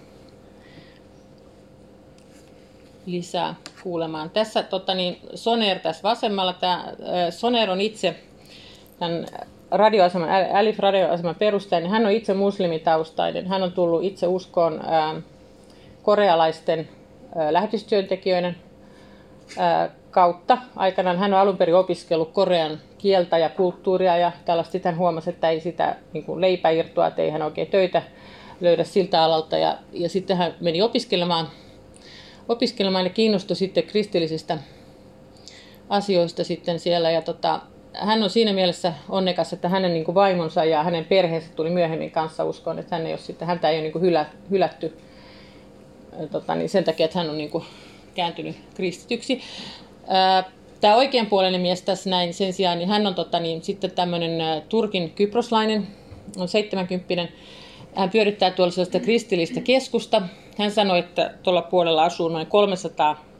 lisää kuulemaan. Tässä tota, niin Soner tässä vasemmalla. Tämä, Soner on itse tämän radioaseman, Alif radioaseman perustaja, niin hän on itse muslimitaustainen. Hän on tullut itse uskoon ää, korealaisten ää, lähetystyöntekijöiden ää, kautta. Aikanaan hän on alun perin opiskellut korean kieltä ja kulttuuria ja tällaista. Sitten hän huomasi, että ei sitä niin kuin leipä irtoa, että ei hän oikein töitä löydä siltä alalta. Ja, ja sitten hän meni opiskelemaan, opiskelemaan ja kiinnostui sitten kristillisistä asioista sitten siellä. Ja tota, hän on siinä mielessä onnekas, että hänen niin kuin vaimonsa ja hänen perheensä tuli myöhemmin kanssa uskoon, että hän ei ole sitten, häntä ei ole niin kuin hylä, hylätty tota, niin sen takia, että hän on niin kuin kääntynyt kristityksi. Tämä oikeanpuoleinen mies tässä näin sen sijaan, niin hän on tota, niin, sitten tämmöinen Turkin kyproslainen, on seitsemänkymppinen. Hän pyörittää tuolla sellaista kristillistä keskusta. Hän sanoi, että tuolla puolella asuu noin kolmesataa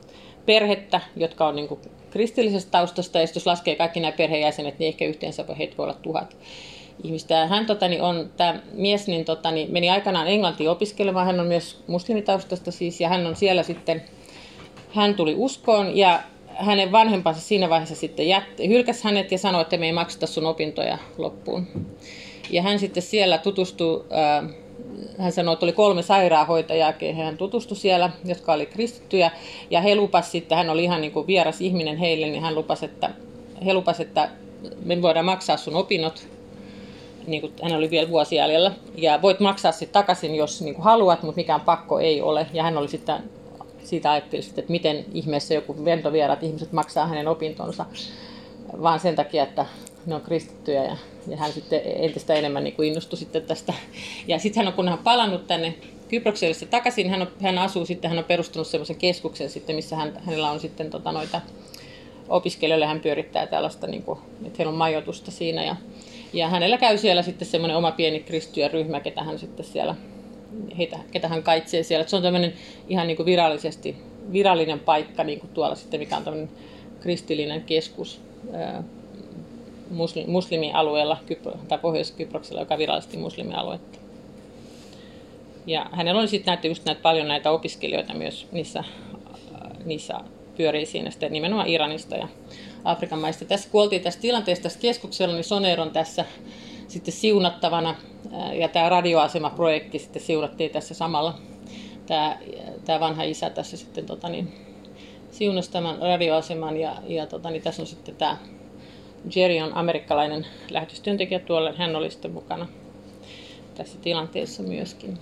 perhettä, jotka on niin kuin kristillisestä taustasta, ja jos laskee kaikki nämä perheenjäsenet, niin ehkä yhteensä heitä voi olla tuhat ihmistä. Hän, totani, on, tämä mies niin, totani, meni aikanaan Englantiin opiskelemaan, hän on myös muslimitaustasta siis, ja hän on siellä sitten, hän tuli uskoon, ja hänen vanhempansa siinä vaiheessa sitten jätti, hylkäsi hänet ja sanoi, että me ei makseta sun opintoja loppuun. Ja hän sitten siellä tutustui, äh, hän sanoi, että oli kolme sairaanhoitajaa, hän tutustui siellä, jotka oli kristittyjä, ja he lupasivat sitten, hän oli ihan niin kuin vieras ihminen heille, niin hän lupasi, että, he lupasivat, että me voidaan maksaa sun opinnot, niin kuin hän oli vielä vuosi jäljellä, ja voit maksaa sitten takaisin, jos niin kuin haluat, mutta mikään pakko ei ole, ja hän oli sitten siitä ajatteli, että miten ihmeessä joku ventovieraat ihmiset maksaa hänen opintonsa, vaan sen takia, että ne on kristittyjä, ja, ja hän sitten entistä enemmän niin kuin innostui sitten tästä. Ja sitten hän on, kun hän on palannut tänne Kyprokselle takaisin, hän, on, hän asuu sitten, hän on perustanut semmoisen keskuksen sitten, missä hän, hänellä on sitten tota, noita opiskelijoille, hän pyörittää tällaista, niin kuin, että heillä on majoitusta siinä, ja, ja hänellä käy siellä sitten semmoinen oma pieni kristittyjä ryhmä, ketä hän sitten siellä heitä, ketä hän kaitsee siellä. Että se on tämmöinen ihan niin kuin virallisesti, virallinen paikka niin kuin tuolla sitten, mikä on tämmöinen kristillinen keskus ää, muslim, muslimialueella tai Pohjois-Kyproksella, joka on virallisesti muslimialuetta. Ja hänellä oli sitten näitä, just näitä, paljon näitä opiskelijoita myös, niissä, niissä pyörii siinä sitten nimenomaan Iranista ja Afrikan maista. Tässä kun oltiin tässä tilanteessa tässä keskuksella, niin Soner on tässä sitten siunattavana, ja tämä radioasemaprojekti sitten siunattiin tässä samalla. Tämä, tämä vanha isä tässä sitten tota niin, siunasi tämän radioaseman, ja, ja tota niin, tässä on sitten tämä Jerry on amerikkalainen lähetystyöntekijä tuolla, hän oli sitten mukana tässä tilanteessa myöskin.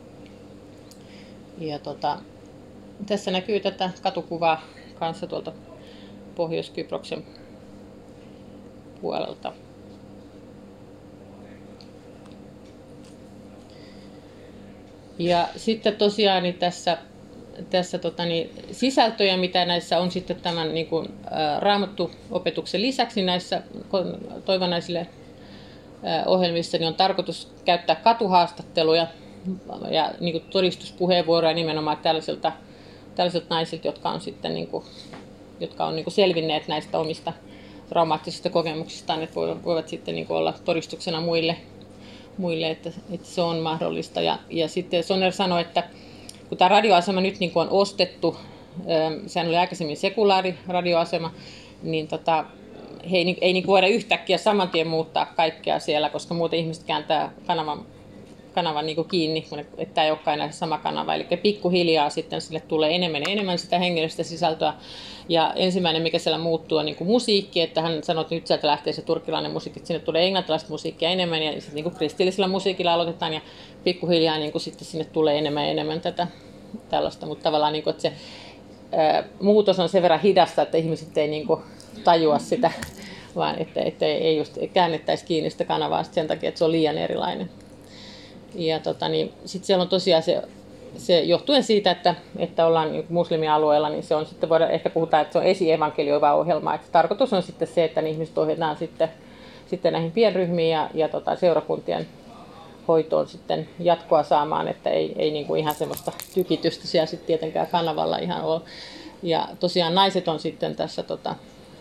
Ja tota, tässä näkyy tätä katukuvaa kanssa tuolta Pohjois-Kyproksen puolelta. Ja sitten tosiaan niin tässä, tässä tota, niin, sisältöjä, mitä näissä on sitten tämän niin kuin, ä, raamattuopetuksen lisäksi näissä toivonaisille ä, ohjelmissa, niin on tarkoitus käyttää katuhaastatteluja ja niin kuin todistuspuheenvuoroja nimenomaan tällaisilta, tällaisilta naisilta, jotka on, sitten, niin kuin, jotka on niin kuin selvinneet näistä omista traumaattisista kokemuksistaan, että voivat, voivat sitten niin kuin olla todistuksena muille. muille, että, että se on mahdollista. Ja, ja sitten Soner sanoi, että kun tämä radioasema nyt niin kuin on ostettu, sehän oli aikaisemmin sekulaari radioasema, niin tota, he ei, ei niin kuin voida yhtäkkiä saman tien muuttaa kaikkea siellä, koska muuten ihmiset kääntää kanavan, kanavan niin kuin kiinni, että tämä ei olekaan enää sama kanava. Eli pikkuhiljaa sitten sille tulee enemmän ja enemmän sitä hengellistä sisältöä. Ja ensimmäinen, mikä siellä muuttuu, on niin kuin musiikki, että hän sanoi, että nyt sieltä lähtee se turkkilainen musiikki, että sinne tulee englantilaista musiikkia enemmän, ja sitten niin kuin kristillisellä musiikilla aloitetaan, ja pikkuhiljaa niin kuin sitten sinne tulee enemmän ja enemmän tätä tällaista, mutta tavallaan niin kuin, että se ää, muutos on sen verran hidasta, että ihmiset ei niin kuin tajua sitä, vaan että, että ei just käännettäisi kiinni sitä kanavaa sen takia, että se on liian erilainen. Ja tota, niin, sitten siellä on tosiaan se, se johtuen siitä, että, että ollaan muslimialueella, niin se on sitten, voidaan ehkä puhutaan, että se on esievankelioiva ohjelma. Että tarkoitus on sitten se, että ihmiset ohjataan sitten, sitten näihin pienryhmiin ja, ja tota, seurakuntien hoitoon sitten jatkoa saamaan, että ei, ei niin kuin ihan semmoista tykitystä siellä sitten tietenkään kanavalla ihan ole. Ja tosiaan naiset on sitten tässä, tota,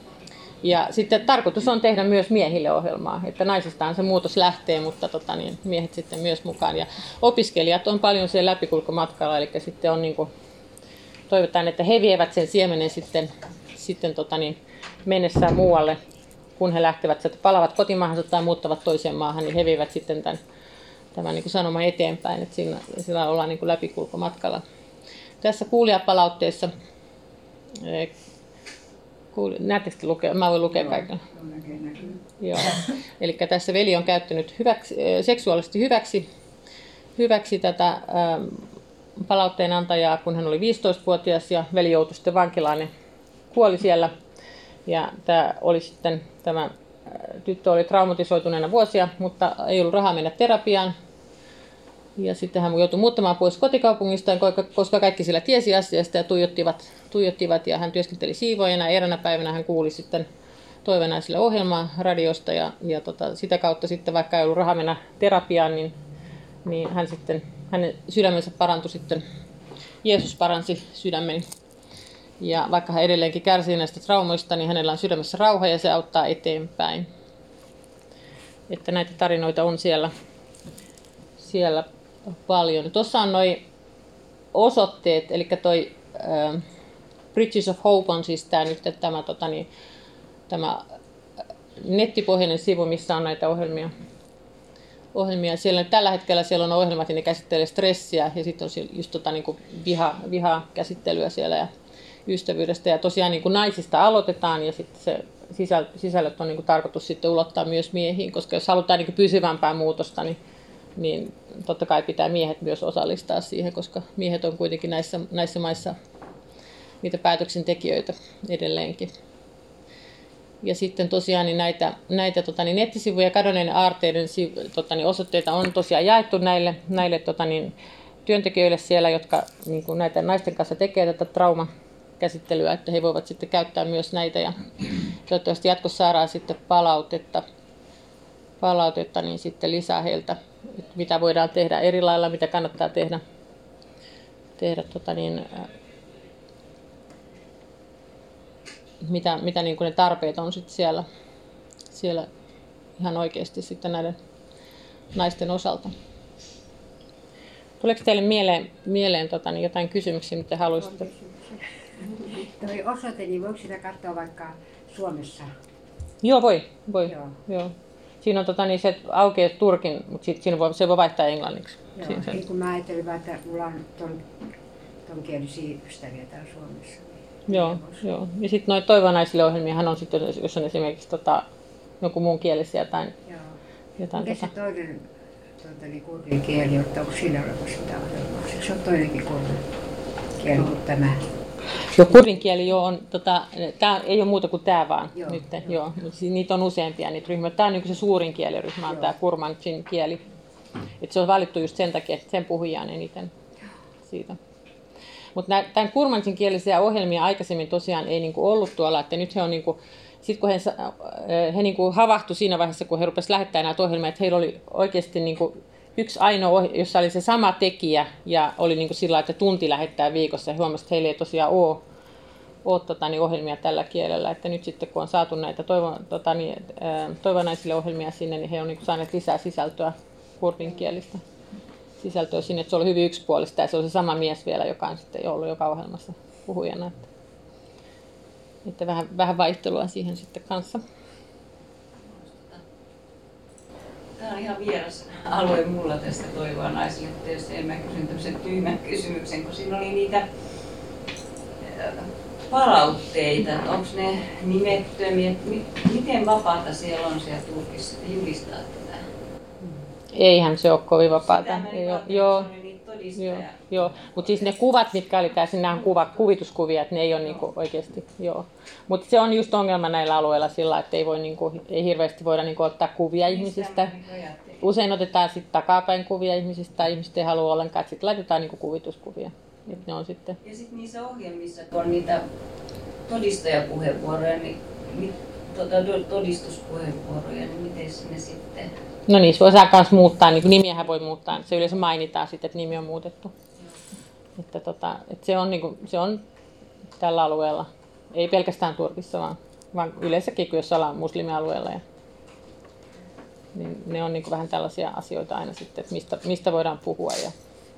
ja sitten tarkoitus on tehdä myös miehille ohjelmaa, että naisistahan se muutos lähtee, mutta tota, niin miehet sitten myös mukaan. Ja opiskelijat on paljon siellä läpikulkumatkalla, eli sitten on niin kuin, toivotaan, että he vievät sen siemenen sitten, sitten tota, niin, mennessään muualle, kun he lähtevät, että palavat kotimaahansa tai muuttavat toiseen maahan, niin he vievät sitten tämän, tämän niin kuin sanoman eteenpäin, että sillä, sillä ollaan niin kuin läpikulkumatkalla. Tässä kuulijapalautteessa, kuuli, näettekö lukea? Mä voin lukea kaiken. Joo. Eli tässä veli on käyttänyt hyväksi, seksuaalisesti hyväksi, hyväksi tätä ähm, palautteen antajaa, kun hän oli viisitoistavuotias, ja veli joutui sitten vankilaan ja kuoli siellä. Ja tämä oli sitten, tämä tyttö oli traumatisoituneena vuosia, mutta ei ollut rahaa mennä terapiaan. Ja sitten hän joutui muuttamaan pois kotikaupungistaan, koska kaikki siellä tiesi asiasta ja tuijottivat, tuijottivat ja hän työskenteli siivoajana. Eräänä päivänä hän kuuli sitten toivenaisille ohjelmaa radiosta ja, ja tota, sitä kautta sitten, vaikka ei ollut rahaa mennä terapiaan, niin, niin hän sitten, hänen sydämensä parantui sitten, Jeesus paransi sydämeni. Ja vaikka hän edelleenkin kärsii näistä traumoista, niin hänellä on sydämessä rauha ja se auttaa eteenpäin. Että näitä tarinoita on siellä, siellä paljon. Tuossa on noi osoitteet, eli toi äh, Bridges of Hope on siis tämä, nyt, tämä, tota, niin, tämä nettipohjainen sivu, missä on näitä ohjelmia. ohjelmia. Siellä, tällä hetkellä siellä on ohjelmat, ja ne käsittelee stressiä ja sitten on just tota, niin kuin viha, viha-käsittelyä siellä ja ystävyydestä. Ja tosiaan niin kuin naisista aloitetaan ja sitten se sisäl, sisällöt on niin kuin tarkoitus sitten ulottaa myös miehiin, koska jos halutaan niin kuin pysyvämpää muutosta, niin, niin totta kai pitää miehet myös osallistaa siihen, koska miehet on kuitenkin näissä, näissä maissa niitä päätöksentekijöitä edelleenkin. Ja sitten tosiaan niin näitä, näitä tota, niin nettisivuja ja kadonneiden aarteiden tota, niin osoitteita on tosiaan jaettu näille, näille tota, niin työntekijöille siellä, jotka niin kuin näitä naisten kanssa tekee tätä traumakäsittelyä, että he voivat sitten käyttää myös näitä. Ja toivottavasti jatkossa saadaan sitten palautetta, palautetta niin sitten lisää heiltä, että mitä voidaan tehdä eri lailla, mitä kannattaa tehdä, tehdä tota, niin, mitä, mitä niin kuin ne tarpeet on sitten siellä, siellä ihan oikeasti sitten näiden naisten osalta. Tuleeko teille mieleen, mieleen tota, niin jotain kysymyksiä, mitä haluaisitte? Toi osoite, niin voiko sitä katsoa vaikka Suomessa? Joo, voi. voi. Joo. Joo. Siinä on tota, niin se aukeaa turkin, mutta sit, siinä voi, se voi vaihtaa englanniksi. Joo, siinä, niin kun mä ajattelin vaan, että mulla on ton, ton kielisiä ystäviä täällä Suomessa. Joo, joo. Ja sitten noita toivonaisille ohjelmiahan on sitten, jos on esimerkiksi tota, joku muun kielisiä tai Joo. jotain. Mikä Tota... se toinen tuota, niin kurdin kieli, että onko sillä olemassa sitä ohjelmaa? Eikö se ole toinenkin kurdin kieli kuin tämä? Joo, kurdin kieli joo, on, tota, tää ei ole muuta kuin tämä vaan. Joo, nyt, joo. joo. Niitä on useampia niitä ryhmiä. Tämä on niin se suurin kieliryhmä, on tämä kurmanjin kieli. Et se on valittu just sen takia, että sen puhujia on eniten siitä. Mutta tämän kurmanjin kielisiä ohjelmia aikaisemmin tosiaan ei niinku ollut tuolla, että nyt he on niinku, sit kun he, he niinku havahtui siinä vaiheessa, kun he rupesivat lähettämään näitä ohjelmia, että heillä oli oikeasti niinku yksi ainoa, jossa oli se sama tekijä ja oli niinku sillä, että tunti lähettää viikossa. He huomasivat, että heillä ei tosiaan ole, ole tota, niin ohjelmia tällä kielellä. Että nyt sitten kun on saatu näitä toivo, tota, niin, toivonaisille ohjelmia sinne, niin he on niinku saaneet lisää sisältöä kurdinkielistä sisältöä sinne, että se oli hyvin yksipuolista ja se oli se sama mies vielä, joka on sitten ollut joka ohjelmassa puhujana. Että, että vähän, vähän vaihtelua siihen sitten kanssa. Tämä on ihan vieras alue mulla tästä toivoa naisille työstä. Ja mä kysyn tämmöisen tyhmän kysymyksen, kun siinä oli niitä palautteita, että onko ne nimettömiä, miten vapaata siellä on siellä Turkissa, että julistaa tätä? Eihän se ole kovin vapaata. Joo, joo, joo, joo. Mutta siis ne kuvat, mitkä oli tässä, nämä on kuva, kuvituskuvia, että ne ei ole niinku oikeasti. Mutta se on just ongelma näillä alueilla sillä, että ei, voi niinku, ei hirveästi voida niinku ottaa kuvia ihmisistä. Usein otetaan sitten takapäin kuvia ihmisistä tai ihmiset ei halua ollenkaan, että sitten laitetaan niinku kuvituskuvia. Et ne on sitten. Ja sitten niissä ohjelmissa, kun on niitä todistajapuheenvuoroja, niin tuota, todistuspuheenvuoroja, niin miten ne sitten? No niin, se saa myös muuttaa, niin nimiähän voi muuttaa, se yleensä mainitaan sitten, että nimi on muutettu. Että tota, että se, on, niin kuin, se on tällä alueella, ei pelkästään Turkissa, vaan, vaan yleensäkin, jos ollaan muslimialueella. Ja, niin ne on niin kuin vähän tällaisia asioita aina sitten, että mistä, mistä voidaan puhua. Ja...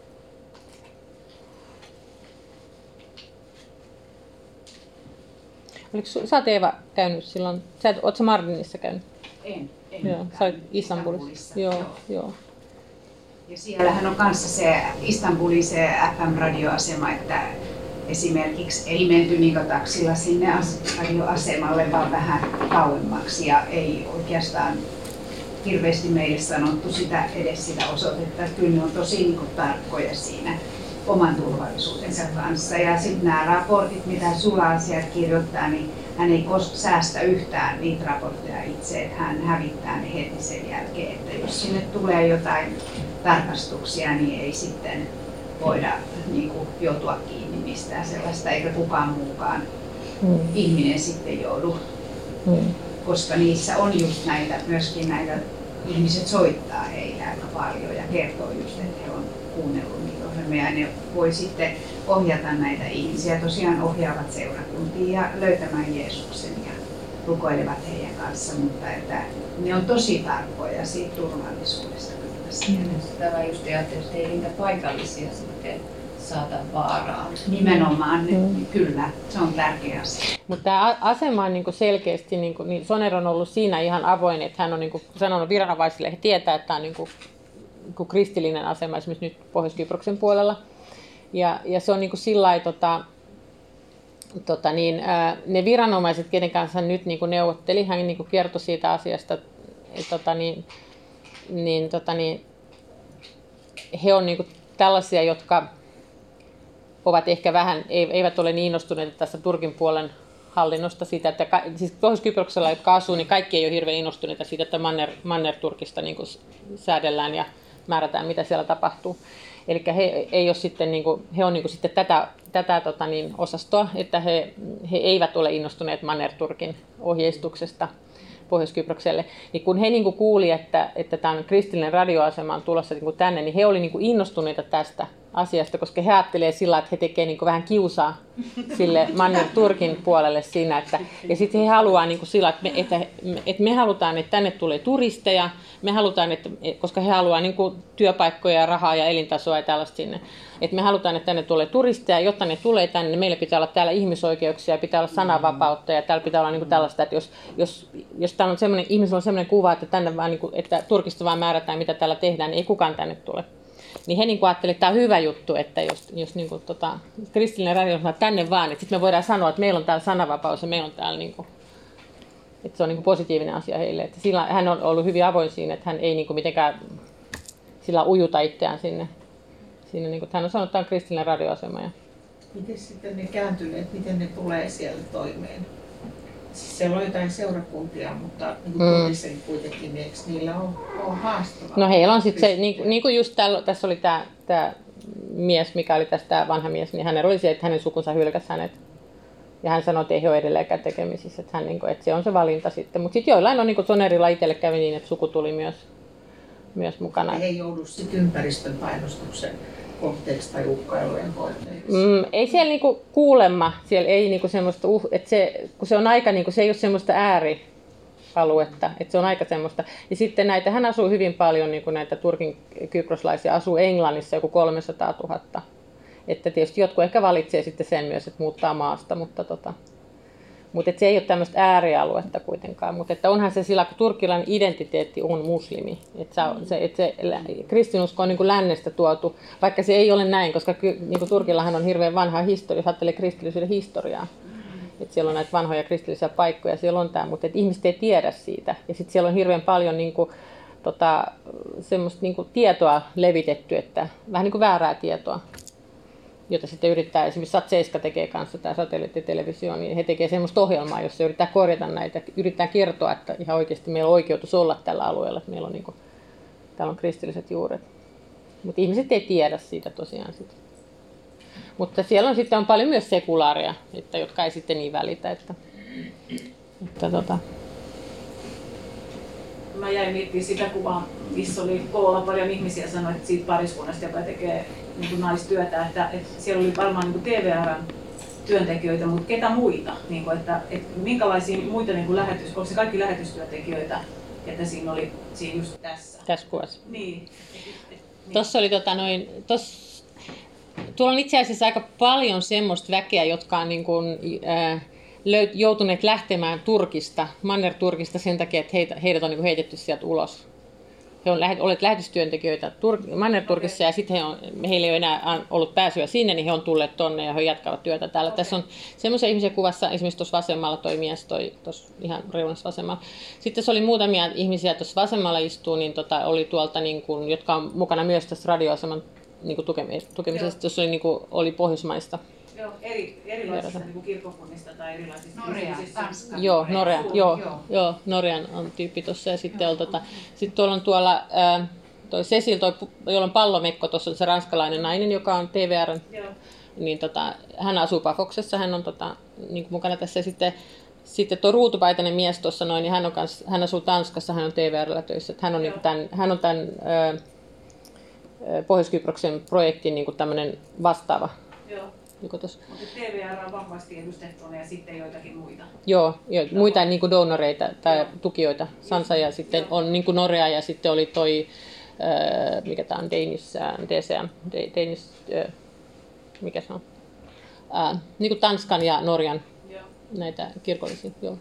Oliko sä oot Eeva käynyt silloin, sä oot sä Mardinissa käynyt? En. en Joo, sä olet Istanbulissa. Istanbulissa. Joo, Joo. joo. Ja siellähän on kanssa se Istanbulin se F M-radioasema, että esimerkiksi ei menty Nikotaksilla sinne radioasemalle, vaan vähän kauemmaksi ja ei oikeastaan hirveästi meille sanottu sitä, edes sitä osoitetta, että kyllä ne on tosi niin kuin tarkkoja siinä oman turvallisuutensa kanssa. Ja sitten nämä raportit, mitä Sula sieltä kirjoittaa, niin hän ei koska säästä yhtään niitä raportteja itse, että hän hävittää ne heti sen jälkeen, että jos sinne tulee jotain tarkastuksia, niin ei sitten voida niin kuin, joutua kiinni mistään sellaista, eikä kukaan muukaan mm. ihminen sitten joudu. Mm. Koska niissä on just näitä, myöskin näitä, ihmiset soittaa heille aika paljon ja kertoo just, että he on kuunnellut niitä ohjelmia. ohjelmia, ja ne voi sitten ohjata näitä ihmisiä, tosiaan ohjaavat seurakuntiin ja löytämään Jeesuksen ja rukoilevat heidän kanssa, mutta että ne on tosi tarkkoja siitä turvallisuudesta kyllä siellä. Tämä just ajattelin, että ei niitä paikallisia sitten saata vaaraan. Nimenomaan, mm. kyllä, se on tärkeä asia. Mutta tämä asema on niinku selkeästi, niinku, niin Sonera on ollut siinä ihan avoin, että hän on niinku sanonut viranomaisille, että he tietää, että tämä on niinku, niinku kristillinen asema esimerkiksi nyt Pohjois-Kyproksen puolella. Ja, ja se on niinku sillai, tota, tota niin, ää, ne viranomaiset, kenen kanssa hän nyt niinku neuvotteli, hän niinku kertoi siitä asiasta, että tota niin, niin, tota niin, he on niinku tällaisia, jotka ovat ehkä vähän, eivät ole niin innostuneita tästä Turkin puolen hallinnosta siitä, että siis Pohjois-Kyproksella, jotka asuu, niin kaikki ei ole hirveän innostuneita siitä, että Manner, Manner-Turkista niin kuin säädellään ja määrätään, mitä siellä tapahtuu. Eli he, ei ole sitten, niin kuin, he on niin kuin sitten tätä, tätä tota niin, osastoa, että he, he eivät ole innostuneet Manner-Turkin ohjeistuksesta Pohjois-Kyprokselle. Niin kun he niin kuin kuuli, että, että tämä kristillinen radioasema on tulossa niin kuin tänne, niin he olivat niin kuin innostuneita tästä asiasta, koska he ajattelevat sillä, että he tekevät niin kuin vähän kiusaa sille Manner-Turkin puolelle siinä. Että, ja sitten he haluavat niin kuin sillä, että me, että, että me halutaan, että tänne tulee turisteja, me halutaan, että, koska he haluavat niin kuin työpaikkoja, rahaa ja elintasoa ja tällaista sinne. Että me halutaan, että tänne tulee turisteja, jotta ne tulee tänne, niin meillä pitää olla täällä ihmisoikeuksia, pitää olla sananvapautta ja täällä pitää olla niin kuin tällaista, että jos, jos, jos täällä on sellainen, ihmisellä on sellainen kuva, että, tänne vaan, niin kuin, että Turkista vaan määrätään, mitä täällä tehdään, niin ei kukaan tänne tule. Niin he niin kuin ajattelivat, että tämä on hyvä juttu, että jos, jos niin kuin, tota, kristillinen radio sanoo tänne vaan, että sitten me voidaan sanoa, että meillä on täällä sananvapaus ja meillä on täällä, niin kuin, että se on niin kuin positiivinen asia heille. Että sillä, hän on ollut hyvin avoin siinä, että hän ei niin kuin mitenkään sillä ujuta itseään sinne. Siinä, niin kuin, hän on sanonut, että tämä on kristillinen radioasema. Ja... Miten sitten ne kääntyneet, miten ne tulee siellä toimeen? Siis siellä on jotain seurakuntia, mutta niin kuin mm. Turkissa kuitenkin, niin eikö niillä on, on haastavaa? No heillä on sitten se, niin, niin kuin just tällä, tässä oli tämä, tämä mies, mikä oli tässä tämä vanha mies, niin hänellä oli se, että hänen sukunsa hylkäsi hänet. Ja hän sanoi, että ei ole edelleenkään tekemisissä, että, hän, niin kuin, että se on se valinta sitten. Mutta sitten joillain on, niin kuin Sonerilla itselle kävi niin, että suku tuli myös, myös mukana. He ei joudu sitten ympäristön painostuksen kohteeksi tai uhkailujen kohteeksi. Mm, ei siellä niinku kuulemma, siellä ei niinku semmoista, uh, että se, kun se on aika, niinku, se ei ole semmoista äärialuetta, että se on aika semmoista. Ja sitten näitä, hän asuu hyvin paljon, niinku näitä Turkin kyproslaisia asuu Englannissa joku kolmesataatuhatta. Että tietysti jotkut ehkä valitsee sitten sen myös, että muuttaa maasta, mutta tota, mutta se ei ole tämmöistä äärialuetta kuitenkaan. Mutta että onhan se sillä, kun turkkilainen identiteetti on muslimi. Että se, että se kristinusko on niin kuin lännestä tuotu, vaikka se ei ole näin, koska niin kuin Turkillahan on hirveän vanha historia, jos ajattelee kristillisyyden historiaa. Että siellä on näitä vanhoja kristillisiä paikkoja, siellä on tämä, mutta että ihmiset ei tiedä siitä. Ja sitten siellä on hirveän paljon niin kuin, tota, semmoista niin kuin tietoa levitetty, että vähän niin kuin väärää tietoa, jota sitten yrittää, esimerkiksi Satseiska tekee kanssa, tämä satelliittitelevisio, niin he tekevät semmoista ohjelmaa, jossa yrittää korjata näitä, yrittää kertoa, että ihan oikeasti meillä on oikeutus olla tällä alueella, että meillä on, niin kuin, täällä on kristilliset juuret. Mutta ihmiset ei tiedä siitä tosiaan sitä. Mutta siellä on sitten on paljon myös sekulaaria, että, jotka ei sitten niin välitä. Että, että, tota. Mä jäin miettimään sitä kuvaa, missä oli koolla paljon ihmisiä sanoit siitä pariskunnasta, joka tekee niin kuin naistyötä, että, että siellä oli varmaan niin kuin T V R:n työntekijöitä, mutta ketä muita? Niin kuin, että, että minkälaisia muita niin kuin lähetys, onko se kaikki lähetystyöntekijöitä, että siinä oli siinä just tässä? Tässä kuvassa. Niin. Tuossa oli tota noin, tossa, tuolla on itse asiassa aika paljon semmoista väkeä, jotka on niin kuin, äh, löy- joutuneet lähtemään Turkista, Manner-Turkista sen takia, että heitä, heidät on niin kuin heitetty sieltä ulos. He on olleet lähetystyöntekijöitä Tur- Manner-Turkissa, okay. Ja sitten he on, heillä ei ole enää ollut pääsyä sinne, niin he on tulleet tonne ja he jatkavat työtä täällä. Okay. Tässä on semmoisia ihmisiä kuvassa, esimerkiksi tuossa vasemmalla toi mies, toi tuossa ihan reunassa vasemmalla. Sitten se oli muutamia ihmisiä tuossa vasemmalla istuu, niin tota, oli tuolta, niin kun, jotka on mukana myös tässä radioaseman niin kun tukemisesta, tuossa oli, niin kun, oli Pohjoismaista. Joo, eri, erilaisista niin kuin kirkkokunnista tai erilaisista... Norja, Tanska. Joo, Norja, joo, joo. joo, Norjan on tyyppi tuossa. Ja sitten on, tota, sit tuolla on tuolla ää, toi Cecil, toi, jolla on pallomekko, tuossa on se ranskalainen nainen, joka on T V R:n. Niin, tota, hän asuu Pafoksessa, hän on tota, niin mukana tässä. Ja sitten, sitten tuo ruutupaitainen mies tuossa noin, niin hän, on kans, hän asuu Tanskassa, hän on T V R:llä töissä. Hän on, niin tämän, hän on tämän... Ää, Pohjois-Kyproksen projektin niin kuin tämmöinen vastaava. Joo. Niin tos... Mutta T V R on vahvasti edustettuna ja sitten joitakin muita. Joo, jo, muita niin kuin donoreita tai Joo. tukijoita. Sansa ja sitten Joo. on niin kuin Norea ja sitten oli toi, äh, mikä tämä on, Danish, äh, D C M, Danish, äh, mikä se on, äh, niin kuin Tanskan ja Norjan Joo. näitä kirkollisia. Joo.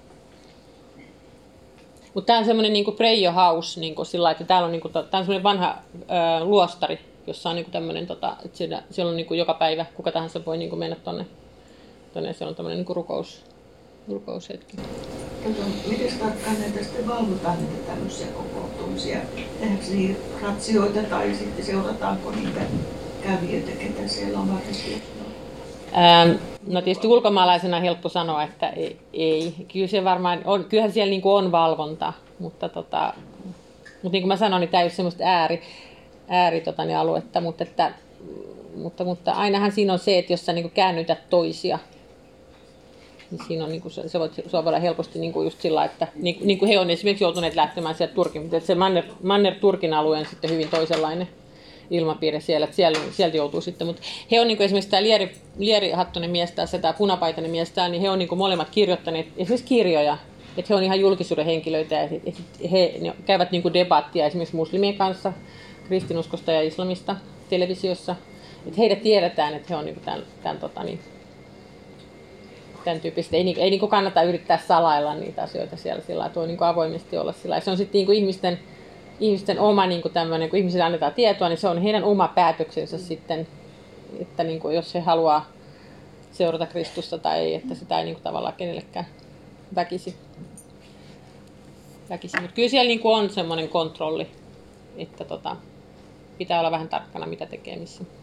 Mutta tämä on semmoinen niinku Preijo House, niinku sillä että täällä on, niinku, tää on semmoinen vanha ää, luostari, jossa on niinku tämmöinen, tota, että siellä, siellä on niinku joka päivä, kuka tahansa voi niinku mennä tonne, tonne siellä on tämmöinen niinku rukous, rukoushetki. Miten tarkkaan näitä sitten valvotaan näitä tämmöisiä kokoontumisia? Tehdäänkö niitä ratsioita tai sitten seurataanko niitä kävijöitä, ketä siellä on varmasti? Ähm, no tietysti ulkomaalaisena on helppo sanoa, että ei. ei. Kyllä se varmaan on, kyllähän siellä niin kuin on valvonta, mutta, tota, mutta niin kuin mä sanoin, niin tämä ei ole semmoista ääri, ääri tota, niin aluetta, mutta, että, mutta, mutta ainahan siinä on se, että jos sä niin kuin käännytät toisia, niin siinä on, niin kuin, se, voi, se voi olla helposti niin kuin just sillä, että niin, niin kuin he on esimerkiksi joutuneet lähtemään sieltä Turkin, mutta se Manner, Manner-Turkin alue on sitten hyvin toisenlainen ilmapiiri siellä, että siellä, sieltä joutuu sitten, mutta he on niin kuin esimerkiksi tämä Lieri, Lieri Hattonen mies tai tämä Punapaitainen mies täällä, niin he on niin kuin molemmat kirjoittaneet esimerkiksi kirjoja, että he on ihan julkisuuden henkilöitä ja he käyvät niin kuin debattia esimerkiksi muslimien kanssa, kristinuskosta ja islamista televisiossa, että heidät tiedetään, että he on niin kuin tämän, tämän, tota, niin, tämän tyyppistä, ei, ei niin kuin kannata yrittää salailla niitä asioita siellä sillä lailla, niin kuin avoimesti olla sillä lailla. Se on sitten niin kuin ihmisten ihmisten oma, niin kuin tämmöinen, kun ihmisille annetaan tietoa, niin se on heidän oma päätöksensä sitten, että niin kuin, jos he haluaa seurata Kristusta tai ei, että sitä ei niin kuin, tavallaan kenellekään väkisi. väkisi. Mutta kyllä siellä niin kuin, on semmoinen kontrolli, että tota, pitää olla vähän tarkkana, mitä tekee missä.